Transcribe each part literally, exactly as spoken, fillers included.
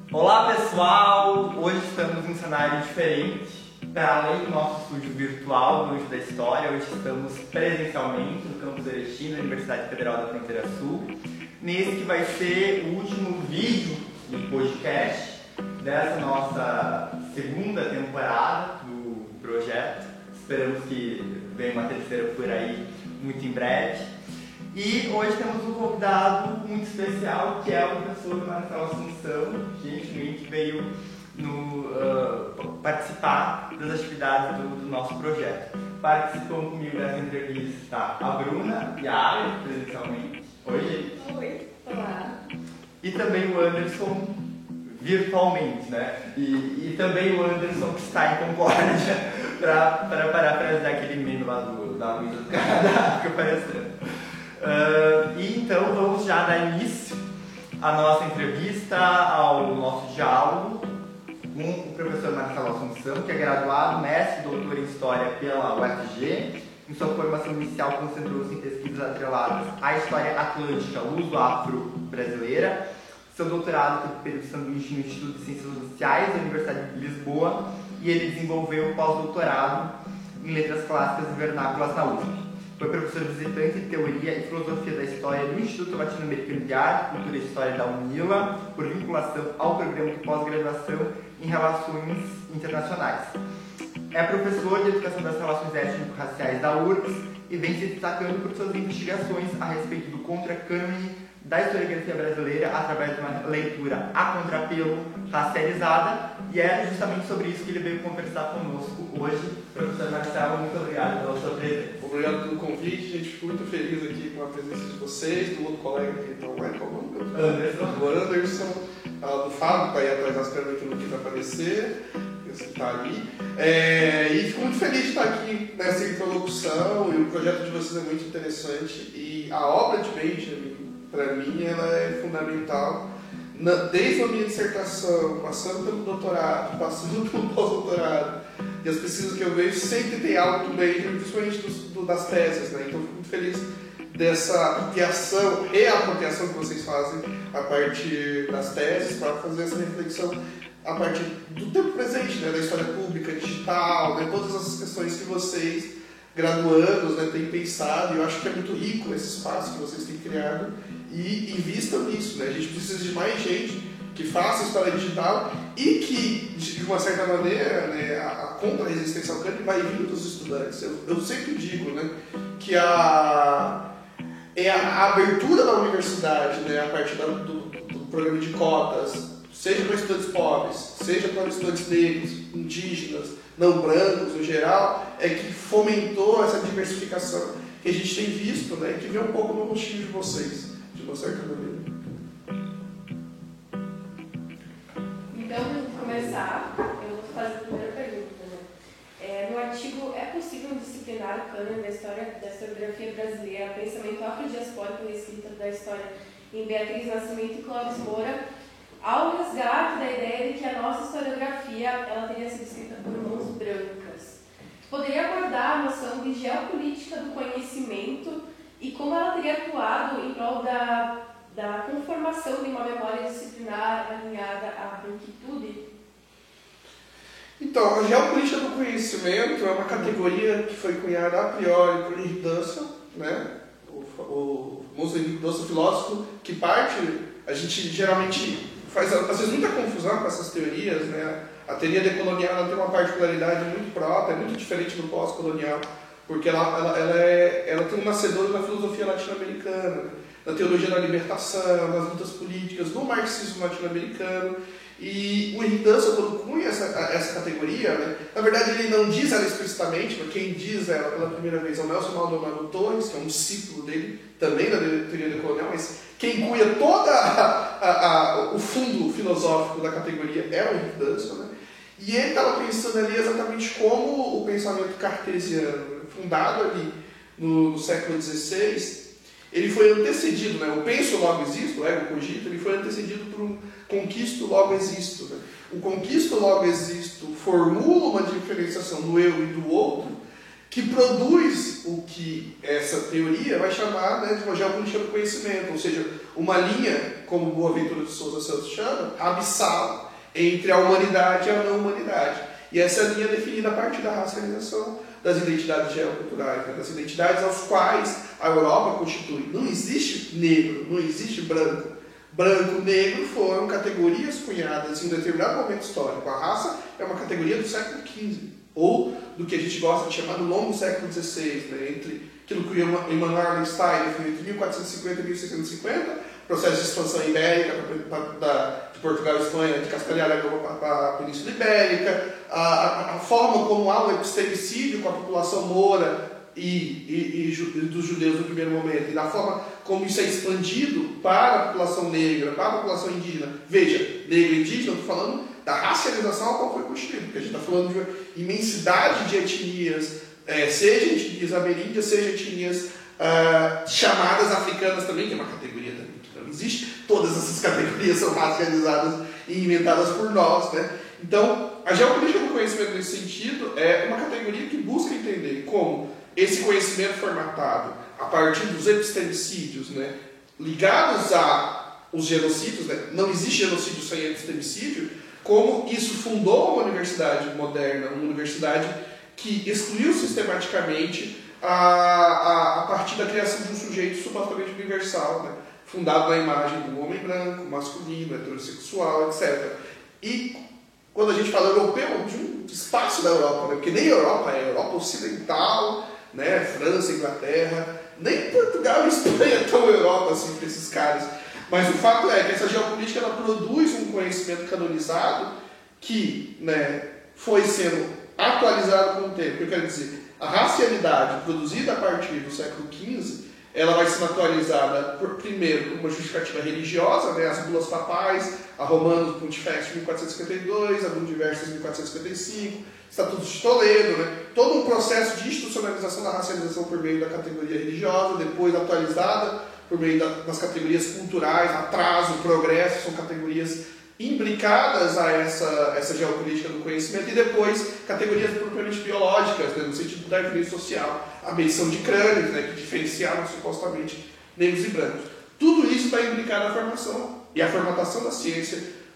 Olá pessoal, hoje estamos em um cenário diferente. Para além do nosso estúdio virtual do Anjo da História, hoje estamos presencialmente no campus Erechim, da Universidade Federal da Fronteira Sul, nesse que vai ser o último vídeo do podcast dessa nossa segunda temporada do projeto. Esperamos que venha uma terceira por aí muito em breve. E hoje temos um convidado muito especial, que é o professor Marcelo Assunção, gentilmente veio no, uh, participar das atividades do, do nosso projeto. Participam comigo dessa entrevista a Bruna e a Ari, presencialmente. Oi, gente. Oi, olá. E também o Anderson, virtualmente, né? E, e também o Anderson, que está em Concórdia, para parafrasear aquele meme lá do, da Luísa do Canadá, fica parecendo. Uh, e então vamos já dar início à nossa entrevista, ao nosso diálogo com o professor Marcelo Assunção, que é graduado, mestre e doutor em História pela U F G. Em sua formação inicial concentrou-se em pesquisas atreladas à história atlântica luso-afro-brasileira. Seu doutorado teve período sanduíche no Instituto de Ciências Sociais da Universidade de Lisboa e ele desenvolveu o pós-doutorado em Letras Clássicas e Vernáculas na U S P. Foi professor visitante de Teoria e Filosofia da História do Instituto Latino-Americano de Arte, Cultura e História da UNILA, por vinculação ao programa de pós-graduação em Relações Internacionais. É professor de Educação das Relações Étnico-Raciais da U R G S e vem se destacando por suas investigações a respeito do contracânone da historiografia brasileira através de uma leitura a contrapelo racializada, e é justamente sobre isso que ele veio conversar conosco hoje. Professor Marcelo, muito obrigado pela sua presença. Obrigado pelo convite, gente, fico muito feliz aqui com a presença de vocês, do outro colega aqui, então, é qual o nome? Anderson. O Anderson, uh, do Fábio, que está aí atrás das câmeras que não quis aparecer, esse que está ali. É, e fico muito feliz de estar aqui nessa interlocução, e o projeto de vocês é muito interessante, e a obra de Benjamin, para mim, ela é fundamental, na, desde a minha dissertação, passando pelo doutorado, passando pelo pós-doutorado, e as pesquisas que eu vejo sempre tem algo do Benjamin, principalmente dos, do, das teses, né? Então, fico muito feliz dessa ampliação e apropriação que vocês fazem a partir das teses, para fazer essa reflexão a partir do tempo presente, né? Da história pública, digital, né? Todas essas questões que vocês, graduandos, né, têm pensado, e eu acho que é muito rico esse espaço que vocês têm criado, e invistam nisso, né? A gente precisa de mais gente que faça história digital e que, de uma certa maneira, né, a, a contra-resistência ao cânion vai vindo dos estudantes. Eu, eu sempre digo, né, que a, é a, a abertura da universidade, né, a partir da, do, do programa de cotas, seja para estudantes pobres, seja para estudantes negros, indígenas, não brancos no geral, é que fomentou essa diversificação que a gente tem visto, né, que vem um pouco no rostinho de vocês, de uma certa maneira. Então, para começar, eu vou fazer a primeira pergunta. Né? É, no artigo, é possível disciplinar o cânone da história da historiografia brasileira, pensamento afrodiaspórico e escrita da história em Beatriz Nascimento e Clóvis Moura, ao resgate da ideia de que a nossa historiografia ela teria sido escrita por mãos brancas. Poderia abordar a noção de geopolítica do conhecimento e como ela teria atuado em prol da, da conformação de uma memória disciplinar alinhada à branquitude? Então, a geopolítica do conhecimento é uma categoria que foi cunhada a priori por Henri Dussel, né? o, o famoso Henri Dussel, filósofo, que parte, a gente geralmente faz às vezes muita confusão com essas teorias, né? A teoria decolonial ela tem uma particularidade muito própria, muito diferente do pós-colonial, porque ela, ela, ela, é, ela tem um nascedor na filosofia latino-americana, na teologia da libertação, nas lutas políticas, no marxismo latino-americano. E o Henri Dussel, quando cunha essa, essa categoria, né, na verdade ele não diz ela explicitamente, mas quem diz ela pela primeira vez é o Nelson Maldonado Torres, que é um discípulo dele, também da teoria decolonial, mas quem cunha todo o fundo filosófico da categoria é o Henri Dussel, né? E ele estava pensando ali exatamente como o pensamento cartesiano, fundado ali no, no século dezesseis, ele foi antecedido, né? O penso logo existo, o ego cogito, ele foi antecedido por um conquisto logo existo. Né? O conquisto logo existo formula uma diferenciação do eu e do outro, que produz o que essa teoria vai chamar, né, de uma geopolítica do conhecimento, ou seja, uma linha, como Boaventura de Souza Santos chama, abissal entre a humanidade e a não humanidade. E essa linha é definida a partir da racialização das identidades geoculturais, né, das identidades aos quais a Europa constitui. Não existe negro, não existe branco. Branco e negro foram categorias cunhadas em um determinado momento histórico. A raça é uma categoria do século quinze, ou do que a gente gosta de chamar do longo século dezesseis, né, entre aquilo que o Immanuel Arlenstein definiu entre mil quatrocentos e cinquenta e mil seiscentos e cinquenta, processo de expansão ibérica pra, pra, da, de Portugal e Espanha, de Castelhano e Aragão para a Península Ibérica, a, a, a forma como há um epistemicídio com a população moura e, e, e dos judeus no primeiro momento, e da forma como isso é expandido para a população negra, para a população indígena. Veja, negro e indígena, eu estou falando da racialização a qual foi constituído, porque a gente está falando de uma imensidade de etnias, é, seja etnias ameríndias, seja etnias uh, chamadas africanas também, que é uma categoria também que não existe. Todas essas categorias são racializadas e inventadas por nós, né? Então, a geopolítica do conhecimento nesse sentido é uma categoria que busca entender como esse conhecimento formatado a partir dos epistemicídios, né, ligados aos genocídios, né, não existe genocídio sem epistemicídio, como isso fundou uma universidade moderna, uma universidade que excluiu sistematicamente a, a, a partir da criação de um sujeito supostamente universal, né, fundado na imagem do homem branco, masculino, heterossexual, etcétera. E quando a gente fala europeu, de um espaço da Europa, né, porque nem Europa é Europa Ocidental, né, França, Inglaterra, nem Portugal e Espanha é tão Europa assim para esses caras. Mas o fato é que essa geopolítica ela produz um conhecimento canonizado que, né, foi sendo atualizado com o tempo. Eu quero dizer, a racialidade produzida a partir do século quinze, ela vai sendo atualizada, por, primeiro, por uma justificativa religiosa, né, as bulas papais, a Romanos Pontifex de mil quatrocentos e cinquenta e dois, a Bula Diversas de mil quatrocentos e cinquenta e cinco, Estatuto de Toledo, né, todo um processo de institucionalização da racialização por meio da categoria religiosa, depois atualizada por meio da, das categorias culturais, atraso, progresso, são categorias imbricadas a essa, essa geopolítica do conhecimento, e depois categorias propriamente biológicas, né, no sentido do darwinismo social, a medição de crânios, né, que diferenciavam supostamente negros e brancos. Tudo isso está implicado na formação e a formatação da ciência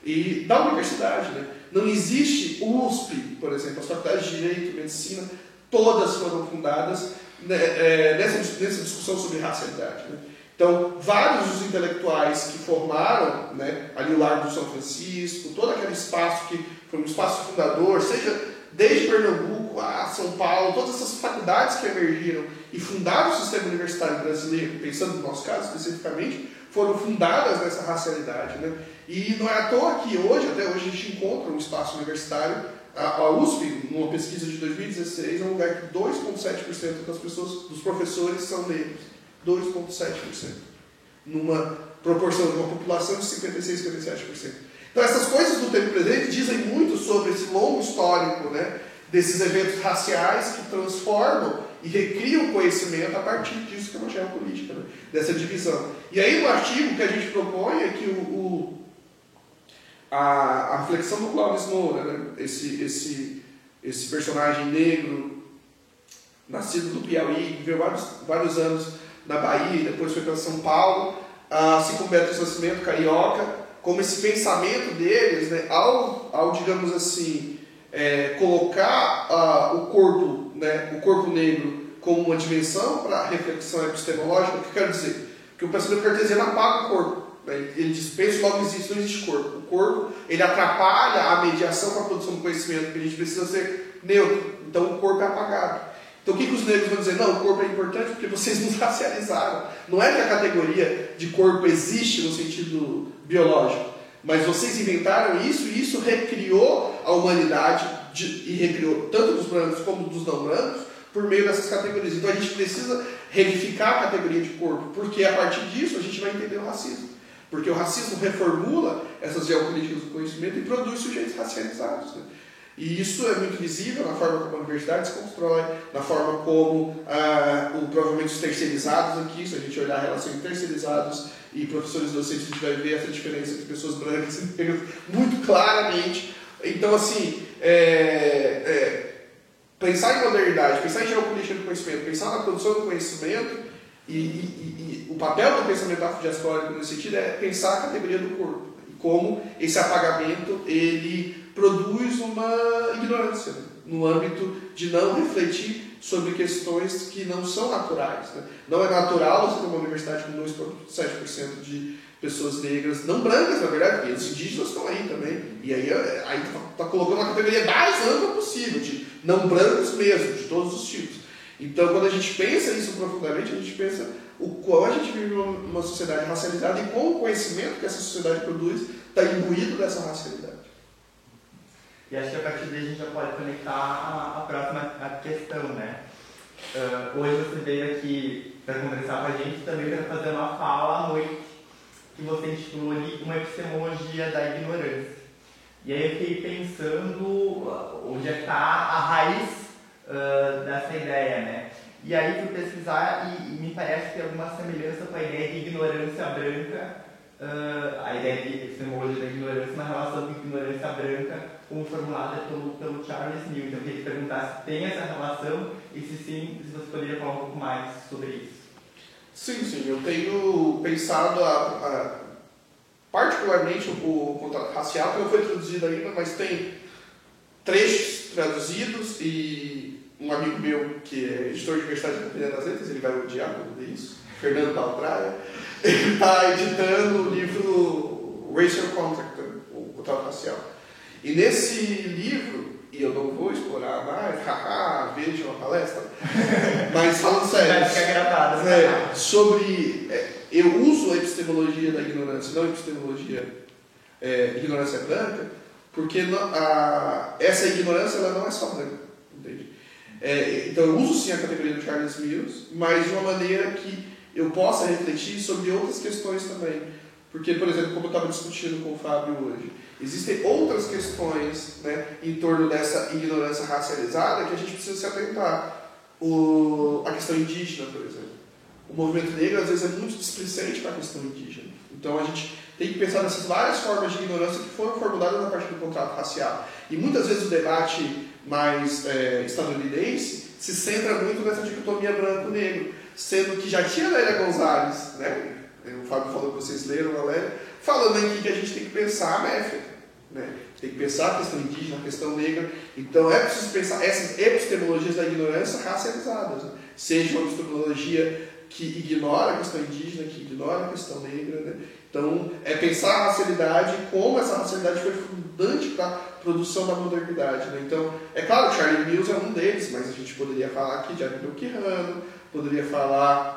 e da universidade. Né? Não existe U S P, por exemplo, as faculdades de Direito, Medicina, todas foram fundadas, né, é, nessa, nessa discussão sobre racialidade. Né? Então, vários dos intelectuais que formaram, né, ali o Largo do São Francisco, todo aquele espaço que foi um espaço fundador, seja desde Pernambuco a São Paulo, todas essas faculdades que emergiram e fundaram o sistema universitário brasileiro, pensando no nosso caso especificamente, foram fundadas nessa racialidade. Né? E não é à toa que hoje, até hoje, a gente encontra um espaço universitário, a U S P, numa pesquisa de dois mil e dezesseis, é um lugar que dois vírgula sete por cento das pessoas, dos professores são negros. dois vírgula sete por cento. Numa proporção de uma população de cinquenta e seis, cinquenta e sete por cento. Então essas coisas do tempo presente dizem muito sobre esse longo histórico, né, desses eventos raciais que transformam e recriam o conhecimento a partir disso que é uma geopolítica, né, dessa divisão. E aí no artigo que a gente propõe é que o, o, a, a reflexão do Clóvis Moura, né, esse, esse, esse personagem negro, nascido do Piauí, viveu vários, vários anos na Bahia, depois foi para São Paulo, assim como Beatriz Nascimento, carioca, como esse pensamento deles, né, ao, ao, digamos assim, é, colocar uh, o corpo, né, o corpo negro como uma dimensão para a reflexão epistemológica, o que eu quero dizer? Que o pensamento cartesiano apaga o corpo. Né, ele diz, penso, logo existe, não existe corpo. O corpo, ele atrapalha a mediação para a produção do conhecimento, porque a gente precisa ser neutro. Então o corpo é apagado. Então o que, que os negros vão dizer? Não, o corpo é importante porque vocês nos racializaram. Não é que a categoria de corpo existe no sentido biológico, mas vocês inventaram isso e isso recriou a humanidade de, e recriou tanto dos brancos como dos não brancos por meio dessas categorias. Então a gente precisa reificar a categoria de corpo, porque a partir disso a gente vai entender o racismo. Porque o racismo reformula essas geopolíticas do conhecimento e produz sujeitos racializados. Né? E isso é muito visível na forma como a universidade se constrói, na forma como ah, o, provavelmente os terceirizados aqui, se a gente olhar a relação entre terceirizados e professores docentes, a gente vai ver essa diferença entre pessoas brancas e negras muito claramente. Então, assim, é, é, pensar em modernidade, pensar em geopolítica do conhecimento, pensar na produção do conhecimento e, e, e, e o papel do pensamento afrodiaspórico nesse sentido é pensar a categoria do corpo e como esse apagamento ele produz uma ignorância, né? No âmbito de não refletir sobre questões que não são naturais, né? Não é natural você ter uma universidade com dois vírgula sete por cento de pessoas negras, não brancas na verdade, porque os indígenas estão aí também, e aí está tá colocando uma categoria mais ampla possível, de não brancos mesmo, de todos os tipos. Então, quando a gente pensa isso profundamente, a gente pensa o qual a gente vive numa sociedade racializada e como o conhecimento que essa sociedade produz está imbuído dessa racialidade. E acho que a partir daí a gente já pode conectar a, a próxima a questão, né? Uh, hoje você veio aqui para conversar com a gente também para fazer uma fala à noite que você intitulou ali Uma Epistemologia da Ignorância. E aí eu fiquei pensando onde é que está a raiz uh, dessa ideia, né? E aí fui pesquisar e, e me parece que tem alguma semelhança com a ideia de ignorância branca, uh, a ideia de epistemologia da ignorância, na relação com ignorância branca, como formulada pelo, pelo Charles Mills. Então eu queria te perguntar se tem essa relação e se sim, se você poderia falar um pouco mais sobre isso. Sim, sim, eu tenho pensado a, a, particularmente o, o contrato racial, que não foi traduzido ainda, mas tem trechos traduzidos e um amigo meu que é editor de Universidade de Campinas das Letras, ele vai odiar quando ver isso, Fernando Baltraia, ele está editando o livro Racial Contract, o contrato racial. E nesse livro, e eu não vou explorar mais, haha, veja uma palestra, mas falando sério, vai ficar gravado, é, sobre, é, eu uso a epistemologia da ignorância, não a epistemologia é, ignorância branca, porque não, a, essa ignorância ela não é só branca, entende? É, então eu uso sim a categoria do Charles Mills, mas de uma maneira que eu possa refletir sobre outras questões também. Porque, por exemplo, como eu estava discutindo com o Fábio hoje, existem outras questões, né, em torno dessa ignorância racializada que a gente precisa se atentar. O, a questão indígena, por exemplo. O movimento negro, às vezes, é muito displicente para a questão indígena. Então, a gente tem que pensar nessas várias formas de ignorância que foram formuladas a partir do contrato racial. E, muitas vezes, o debate mais é, estadunidense se centra muito nessa dicotomia branco-negro, sendo que já tinha a Lélia Gonzalez, né? O Fábio falou que vocês leram a Lélia, falando aqui que a gente tem que pensar a Méfia, né? Tem que pensar a questão indígena, a questão negra. Então é preciso pensar essas epistemologias da ignorância racializadas, né? Seja uma epistemologia que ignora a questão indígena, que ignora a questão negra, né? Então é pensar a racialidade e como essa racialidade foi fundante para a produção da modernidade, né? Então, é claro, Charles Mills é um deles, mas a gente poderia falar aqui de Abel Quijano, poderia falar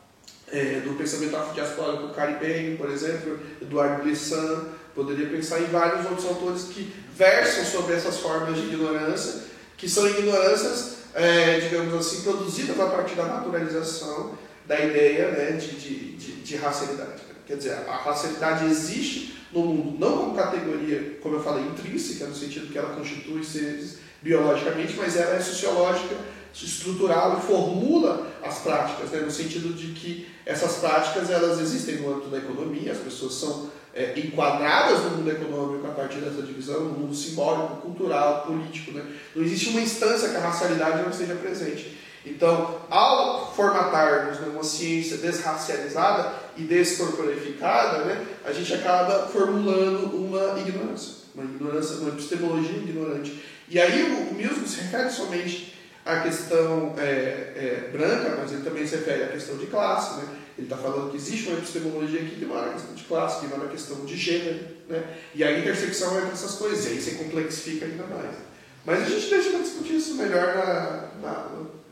É, do pensamento afrodiaspórico caribenho, por exemplo, Eduardo Glissant, poderia pensar em vários outros autores que versam sobre essas formas de ignorância, que são ignorâncias, é, digamos assim, produzidas a partir da naturalização da ideia, né, de, de, de, de racialidade. Quer dizer, a racialidade existe no mundo não como categoria, como eu falei, intrínseca, no sentido que ela constitui seres biologicamente, mas ela é sociológica, estrutural e formula as práticas, né, no sentido de que essas práticas elas existem no âmbito da economia, as pessoas são é, enquadradas no mundo econômico a partir dessa divisão, no mundo simbólico, cultural, político, né? Não existe uma instância que a racialidade não esteja presente. Então, ao formatarmos, né, uma ciência desracializada e descorporificada, né, a gente acaba formulando uma ignorância, uma ignorância, uma epistemologia ignorante. E aí o Mills não se refere somente a questão é, é, branca, mas ele também se refere à questão de classe, né? Ele está falando que existe uma epistemologia que ignora a questão de classe, que ignora a questão de gênero, né? E a intersecção entre essas coisas, e aí você complexifica ainda mais. Mas a gente deixa para discutir isso melhor na... na...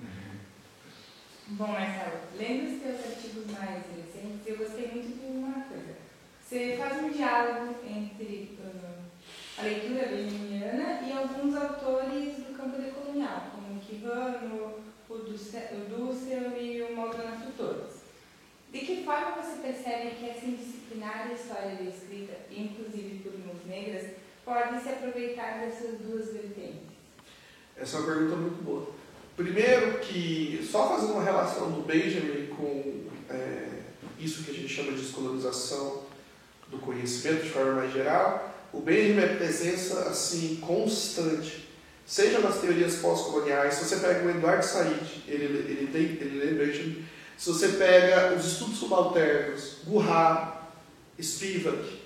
Bom, Marcelo, lendo os teus artigos mais recentes, eu gostei muito de uma coisa. Você faz um diálogo entre uh, a leitura benjaminiana e alguns autores do campo decolonial, como o Quijano, o Dussel e o Maldonado Torres. De que forma você percebe que essa indisciplinar história da escrita, inclusive por mãos negras, pode se aproveitar dessas duas vertentes? Essa é uma pergunta muito boa. Primeiro que, só fazendo uma relação do Benjamin com é, isso que a gente chama de descolonização do conhecimento de forma mais geral, o Benjamin é presença assim, constante, seja nas teorias pós-coloniais, se você pega o Eduardo Said, ele, ele, tem, ele lê Benjamin, se você pega os estudos subalternos, Guhar, Spivak,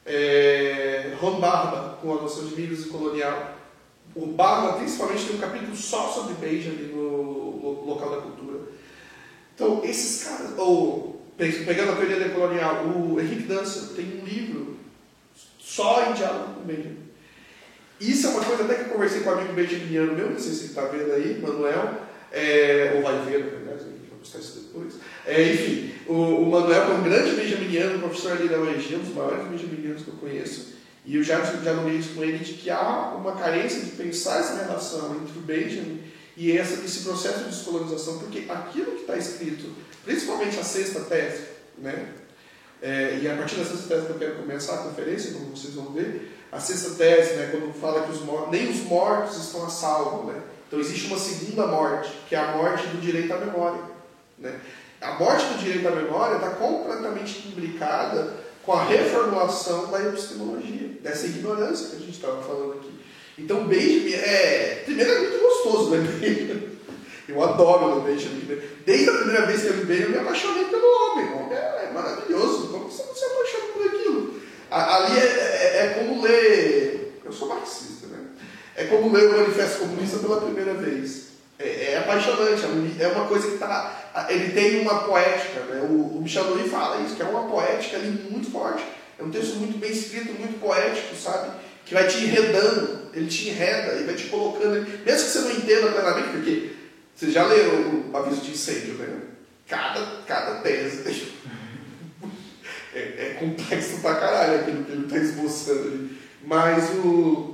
é, Ron Barba, com a noção de mídias e colonial, o Barba principalmente tem um capítulo só sobre Benjamin no, no local da cultura. Então, esses caras, ou pegando a teoria decolonial, o Henrique Dança tem um livro só em diálogo com Benjamin. Isso é uma coisa até que eu conversei com um amigo benjaminiano meu, não sei se ele está vendo aí, Manuel, é, ou vai ver, na verdade, vou mostrar isso depois. É, enfim, o, o Manuel é um grande benjaminiano, professor ali da U E G, um dos maiores benjaminianos que eu conheço, e eu já dialoguei isso com ele, de que há uma carência de pensar essa relação entre o Benjamin e essa, esse processo de descolonização, porque aquilo que está escrito, principalmente a sexta tese, né? É, e a partir da sexta tese que eu quero começar a conferência, como vocês vão ver, a sexta tese, né, quando fala que os mortos, nem os mortos estão a salvo, né? Então existe uma segunda morte, que é a morte do direito à memória, né? A morte do direito à memória está completamente imbricada com a reformulação da epistemologia, dessa ignorância que a gente estava falando aqui. Então Benjamin é, primeiro é muito gostoso, né? Eu adoro o Benjamin. Desde a primeira vez que eu li Benjamin, eu me apaixonei pelo homem. O homem é maravilhoso. Como você não se apaixona por aquilo? Ali é, é, é como ler... Eu sou marxista, né? É como ler o Manifesto Comunista pela primeira vez. É, é apaixonante. É uma coisa que está... Ele tem uma poética, né? O, o Michel Louis fala isso, que é uma poética ali muito forte. É um texto muito bem escrito, muito poético, sabe? Que vai te enredando. Ele te enreda e vai te colocando... Mesmo que você não entenda plenamente, porque... Vocês já leram o aviso de incêndio, né? Cada, cada tese é, é complexo pra caralho aquilo que ele está esboçando ali. Mas o...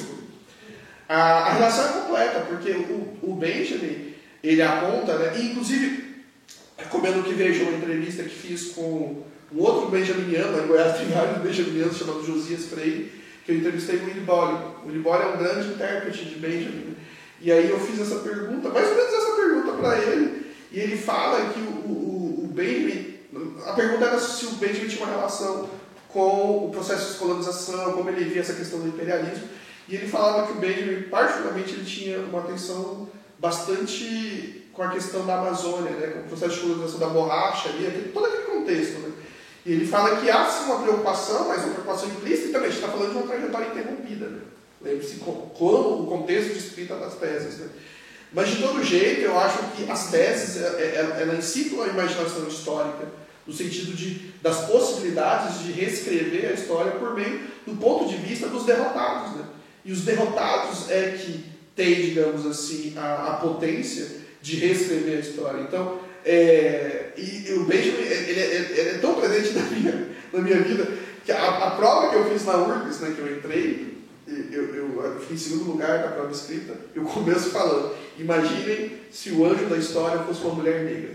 a, a relação é completa, porque o, o Benjamin, ele aponta, né? E, inclusive, recomendo que vejam uma entrevista que fiz com um outro benjaminiano, lá em Goiás tem vários benjaminianos, chamado Josias Freire, que eu entrevistei com o Willy Bolle. O Willy Bolle é um grande intérprete de Benjamin. E aí eu fiz essa pergunta, mais ou menos essa pergunta para ele, e ele fala que o, o, o Benjamin, a pergunta era se o Benjamin tinha uma relação com o processo de descolonização, como ele via essa questão do imperialismo, e ele falava que o Benjamin, particularmente, ele tinha uma atenção bastante com a questão da Amazônia, né, com o processo de descolonização da borracha, ali, aquele, todo aquele contexto. Né? E ele fala que há sim uma preocupação, mas uma preocupação implícita, e também a gente está falando de uma trajetória interrompida, né? Lembre-se como o contexto de escrita das teses. Né? Mas, de todo jeito, eu acho que as teses, ela incitlam a imaginação histórica, no sentido de, das possibilidades de reescrever a história por meio do ponto de vista dos derrotados. Né? E os derrotados é que têm, digamos assim, a, a potência de reescrever a história. Então, é, e, e o Benjamin, ele é, ele é tão presente na minha, na minha vida, que a, a prova que eu fiz na U R G S, né, que eu entrei, Eu, eu, eu fiquei em segundo lugar na prova escrita, eu começo falando, imaginem se o anjo da história fosse uma mulher negra.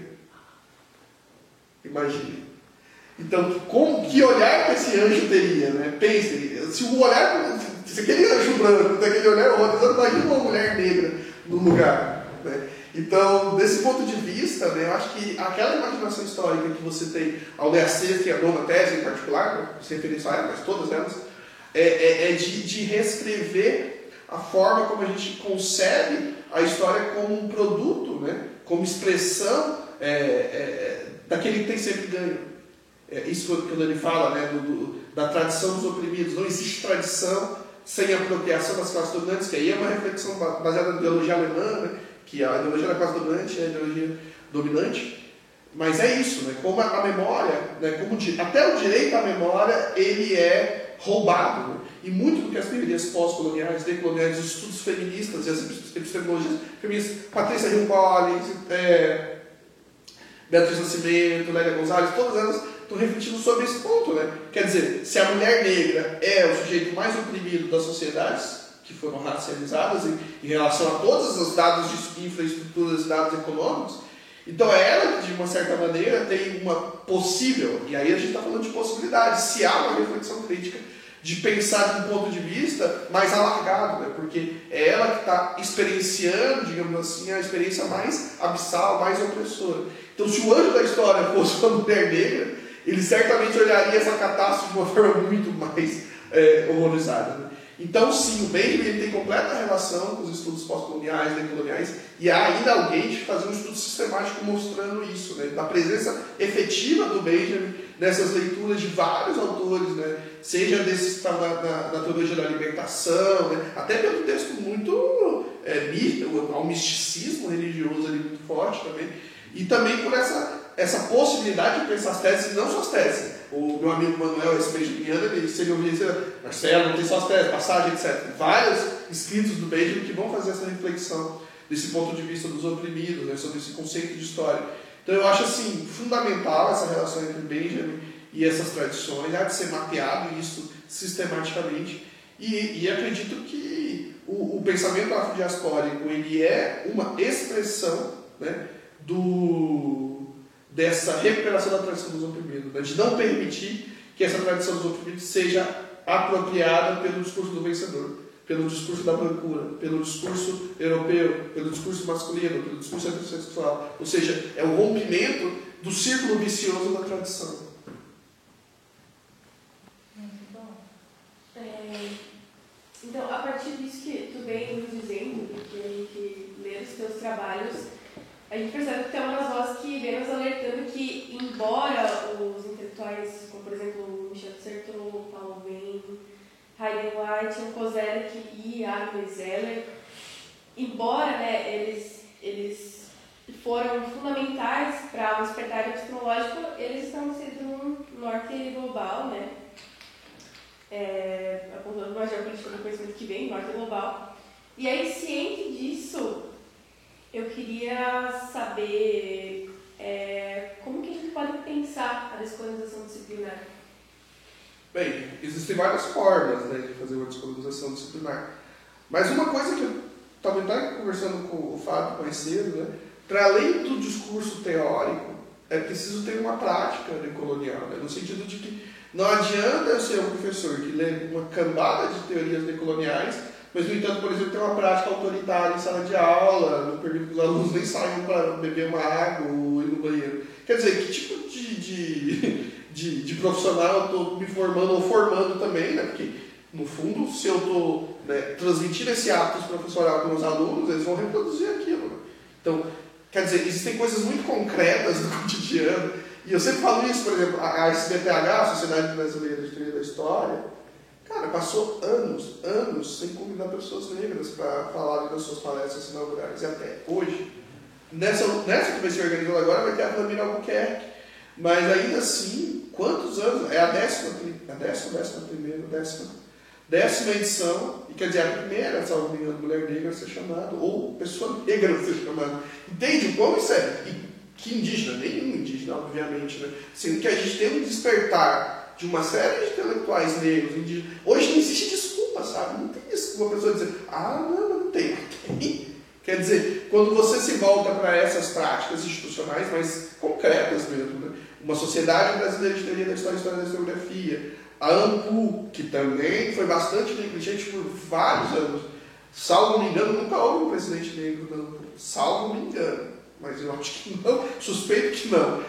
Imaginem. Então, com, que olhar que esse anjo teria, né? Pense, se o olhar, se aquele anjo branco, daquele olhar horrorizado, imagina uma mulher negra no lugar, né? Então, desse ponto de vista, né, eu acho que aquela imaginação histórica que você tem, ao ler a sexta e a nona tese em particular, sem referência a ela, mas todas elas, É, é, é de, de reescrever a forma como a gente concebe a história como um produto, né? Como expressão é, é, daquele que tem sempre ganho. É, isso que ele fala, né? do, do, da tradição dos oprimidos. Não existe tradição sem apropriação das classes dominantes, que aí é uma reflexão baseada na ideologia alemã, né? Que a ideologia da classe dominante é a ideologia dominante. Mas é isso, né? Como a, a memória, né? Como de, até o direito à memória, ele é roubado, né? E muito do que as teorias pós-coloniais, decoloniais, os estudos feministas e as epistemologias feministas, Patrícia Hill Collins, é, Beatriz Nascimento, Lélia Gonzalez, todas elas estão refletindo sobre esse ponto, né? Quer dizer, se a mulher negra é o sujeito mais oprimido das sociedades que foram racializadas em, em relação a todos os dados de infraestruturas e dados econômicos, então é ela que, de uma certa maneira, tem uma possível, e aí a gente está falando de possibilidades, se há uma reflexão crítica de pensar de um ponto de vista mais alargado, né? Porque é ela que está experienciando, digamos assim, a experiência mais abissal, mais opressora. Então, se o anjo da história fosse uma mulher negra, ele certamente olharia essa catástrofe de uma forma muito mais é, horrorizada. Né? Então, sim, o Benjamin ele tem completa relação com os estudos pós-coloniais, decoloniais, e há ainda alguém de fazer um estudo sistemático mostrando isso, né? Da presença efetiva do Benjamin nessas leituras de vários autores, né? Seja desses que estão na, na, na teologia da libertação, né? Até pelo texto muito é, ao misticismo religioso ali muito forte também, e também por essa, essa possibilidade de pensar as teses, e não só as teses. O meu amigo Manuel, esse benjaminiano, ele seria ouvir dizer, Marcelo, não tem só as teses, passagem, etcétera. Vários escritos do Benjamin que vão fazer essa reflexão desse ponto de vista dos oprimidos, né, sobre esse conceito de história. Então eu acho assim, fundamental essa relação entre Benjamin e essas tradições, há de ser mapeado isso sistematicamente, e, e acredito que o, o pensamento afrodiaspórico ele é uma expressão, né, do... dessa recuperação da tradição dos oprimidos, né? De não permitir que essa tradição dos oprimidos seja apropriada pelo discurso do vencedor, pelo discurso da brancura, pelo discurso europeu, pelo discurso masculino, pelo discurso heterossexual. Ou seja, é o rompimento do círculo vicioso da tradição. Muito bom. É, então, a partir disso que tu vem nos dizendo, que a gente lê os teus trabalhos, a gente percebe que tem uma das vozes que vem nos alertando que, embora os intelectuais, como por exemplo Michel de Certeau, Paulo Veyne, Hayden White, Kozelek e Agnes Zeller, embora né, eles, eles foram fundamentais para o despertar epistemológico, eles estão sendo um norte global, né? É, apontando para a geopolítica do conhecimento que vem, norte global. E aí, ciente disso, eu queria saber é, como que a gente pode pensar a descolonização disciplinar. Bem, existem várias formas, né, de fazer uma descolonização disciplinar. Mas uma coisa que eu estava até conversando com o Fábio mais cedo, né, para além do discurso teórico, é preciso ter uma prática decolonial, né, no sentido de que não adianta eu ser um professor que lê uma cambada de teorias decoloniais, mas, no entanto, por exemplo, tem uma prática autoritária em sala de aula, não permite que os alunos nem saiam para beber uma água ou ir no banheiro. Quer dizer, que tipo de, de, de, de profissional eu estou me formando ou formando também, né? Porque, no fundo, se eu estou né, transmitindo esse ato professoral com os alunos, eles vão reproduzir aquilo. Né? Então, quer dizer, existem coisas muito concretas no cotidiano, e eu sempre falo isso, por exemplo, a S B T H, a Sociedade Brasileira de Teoria da História, cara, passou anos, anos sem convidar pessoas negras para falarem das suas palestras inaugurais. E até hoje, nessa, nessa que vai ser organizada agora, vai ter a Flamínia Albuquerque. Mas ainda assim, quantos anos? É a décima, a décima, décima primeira, décima, décima edição. E quer dizer, a primeira, salvo me engano, mulher negra a ser chamada, ou pessoa negra a ser chamada. Entende como isso é? E que indígena? Nenhum indígena, obviamente, né? Sendo que a gente tem um despertar de uma série de intelectuais negros, indígenas. Hoje não existe desculpa, sabe? Não tem desculpa a pessoa dizer, ah, não, não tem. Quer dizer, quando você se volta para essas práticas institucionais mais concretas mesmo, né? Uma Sociedade Brasileira de Teoria da História e História da Historiografia, a AMPU, que também foi bastante negligente por vários anos, salvo me engano, nunca houve um presidente negro da AMPU, salvo me engano, mas eu acho que não, suspeito que não.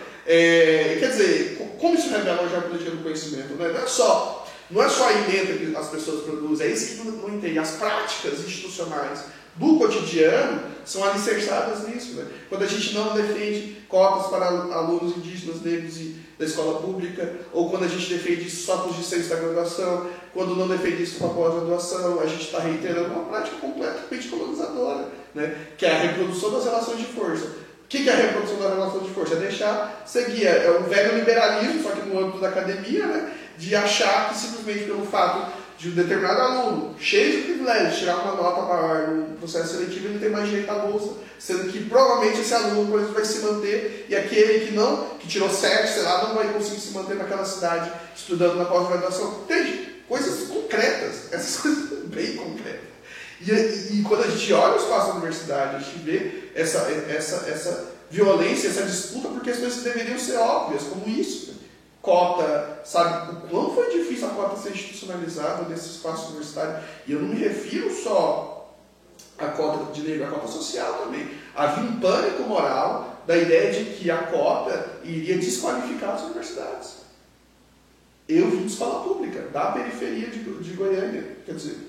É, quer dizer, como isso revela a geopolítica do conhecimento? Né? Não é só, não é só a emenda que as pessoas produzem, é isso que não, não entende. As práticas institucionais do cotidiano são alicerçadas nisso. Né? Quando a gente não defende cotas para alunos indígenas, negros e da escola pública, ou quando a gente defende isso só para os discentes da graduação, quando não defende isso para a pós-graduação, a gente está reiterando uma prática completamente colonizadora, né? Que é a reprodução das relações de força. O que é a reprodução da relação de força? É deixar seguir, é um velho liberalismo, só que no âmbito da academia, né? De achar que simplesmente pelo fato de um determinado aluno, cheio de privilégios, tirar uma nota maior no processo seletivo, ele tem mais direito à bolsa, sendo que provavelmente esse aluno, por exemplo, vai se manter, e aquele que não, que tirou sete, sei lá, não vai conseguir se manter naquela cidade estudando na pós-graduação. Entende? Coisas concretas, essas coisas bem concretas. E, e, e quando a gente olha o espaço da universidade, a gente vê essa, essa, essa violência, essa disputa por questões que deveriam ser óbvias, como isso. Né? Cota, sabe? O quão foi difícil a cota ser institucionalizada nesse espaço universitário. E eu não me refiro só à cota de negro, à cota social também. Havia um pânico moral da ideia de que a cota iria desqualificar as universidades. Eu vim de escola pública, da periferia de, de Goiânia. Quer dizer,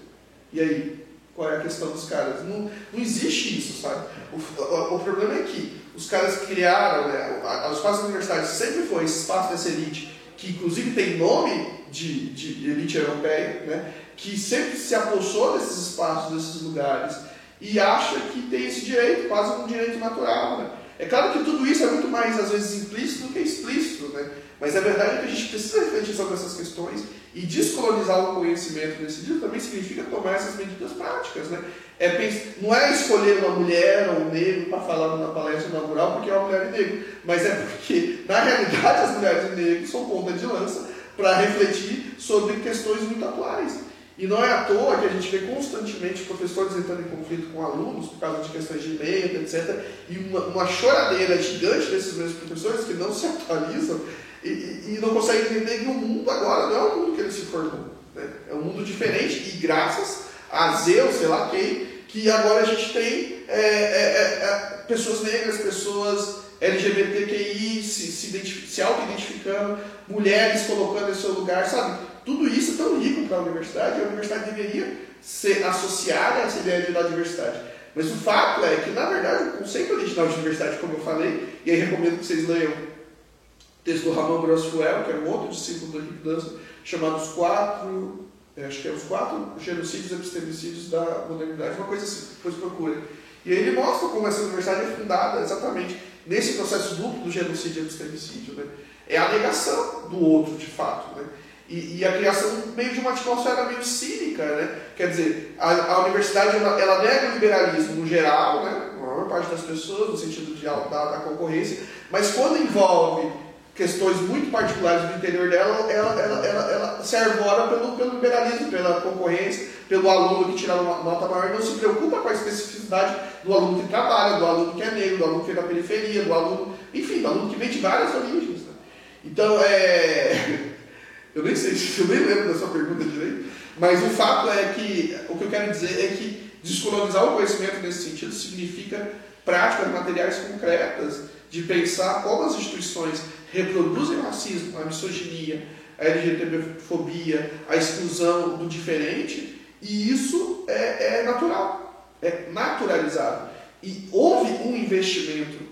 E aí? Qual é a questão dos caras? Não, não existe isso, sabe? O, o, o problema é que os caras criaram, né, o espaço da universidade sempre foi esse espaço dessa elite, que inclusive tem nome de, de elite europeia, né, que sempre se apossou desses espaços, desses lugares, e acha que tem esse direito, quase um direito natural. Né? É claro que tudo isso é muito mais, às vezes, implícito do que explícito, né? Mas a verdade é que a gente precisa refletir sobre essas questões e descolonizar o conhecimento nesse dia também significa tomar essas medidas práticas. Né? É, não é escolher uma mulher ou um negro para falar numa palestra inaugural porque é uma mulher e negro, mas é porque, na realidade, as mulheres e negros são ponta de lança para refletir sobre questões muito atuais. E não é à toa que a gente vê constantemente professores entrando em conflito com alunos por causa de questões de e-mail, etcétera. E uma, uma choradeira gigante desses mesmos professores que não se atualizam e, e, e não conseguem entender que o mundo agora não é o mundo que ele se formou. Né? É um mundo diferente e graças a Zeus, sei lá quem, que agora a gente tem é, é, é, pessoas negras, pessoas L G B T Q I se, se, se auto-identificando, mulheres colocando em seu lugar, sabe? Tudo isso é tão rico para a universidade, e a universidade deveria ser associada a essa ideia de diversidade. Mas o fato é que, na verdade, o conceito original de diversidade, como eu falei, e aí recomendo que vocês leiam o texto do Ramon Grosfuel, que é um outro discípulo do Henrique Dunstan, chamado Os Quatro, acho que é Os Quatro Genocídios e Epistemicídios da Modernidade, uma coisa assim, depois procura. E aí ele mostra como essa universidade é fundada exatamente nesse processo duplo do genocídio e epistemicídio. Né? É a negação do outro, de fato, né? E, e a criação meio de uma atmosfera meio cínica, né? Quer dizer, a, a universidade ela, ela nega o liberalismo no geral, né? A maior parte das pessoas, no sentido de, da, da concorrência, mas quando envolve questões muito particulares do interior dela, ela, ela, ela, ela se arvora pelo, pelo liberalismo, pela concorrência, pelo aluno que tira uma nota maior, não se preocupa com a especificidade do aluno que trabalha, do aluno que é negro, do aluno que é da periferia, do aluno, enfim, do aluno que vem de várias origens. Né? Então, é... Eu nem sei, eu nem lembro da sua pergunta direito, mas o fato é que, o que eu quero dizer é que descolonizar o conhecimento nesse sentido significa práticas materiais concretas de pensar como as instituições reproduzem o racismo, a misoginia, a L G B T fobia, a exclusão do diferente, e isso é, é natural, é naturalizado. E houve um investimento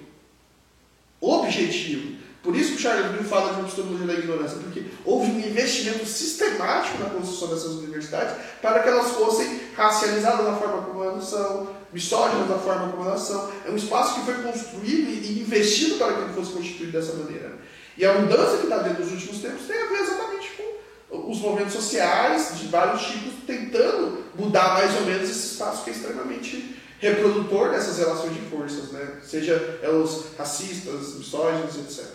objetivo. Por isso que o Charles Bill fala de uma epistemologia da ignorância, porque houve um investimento sistemático na construção dessas universidades para que elas fossem racializadas da forma como elas são, misóginas da forma como elas são. É um espaço que foi construído e investido para que ele fosse constituído dessa maneira. E a mudança que está dentro dos últimos tempos tem a ver exatamente com os movimentos sociais de vários tipos tentando mudar mais ou menos esse espaço que é extremamente reprodutor dessas relações de forças, né? Seja elas racistas, misóginas, etcétera.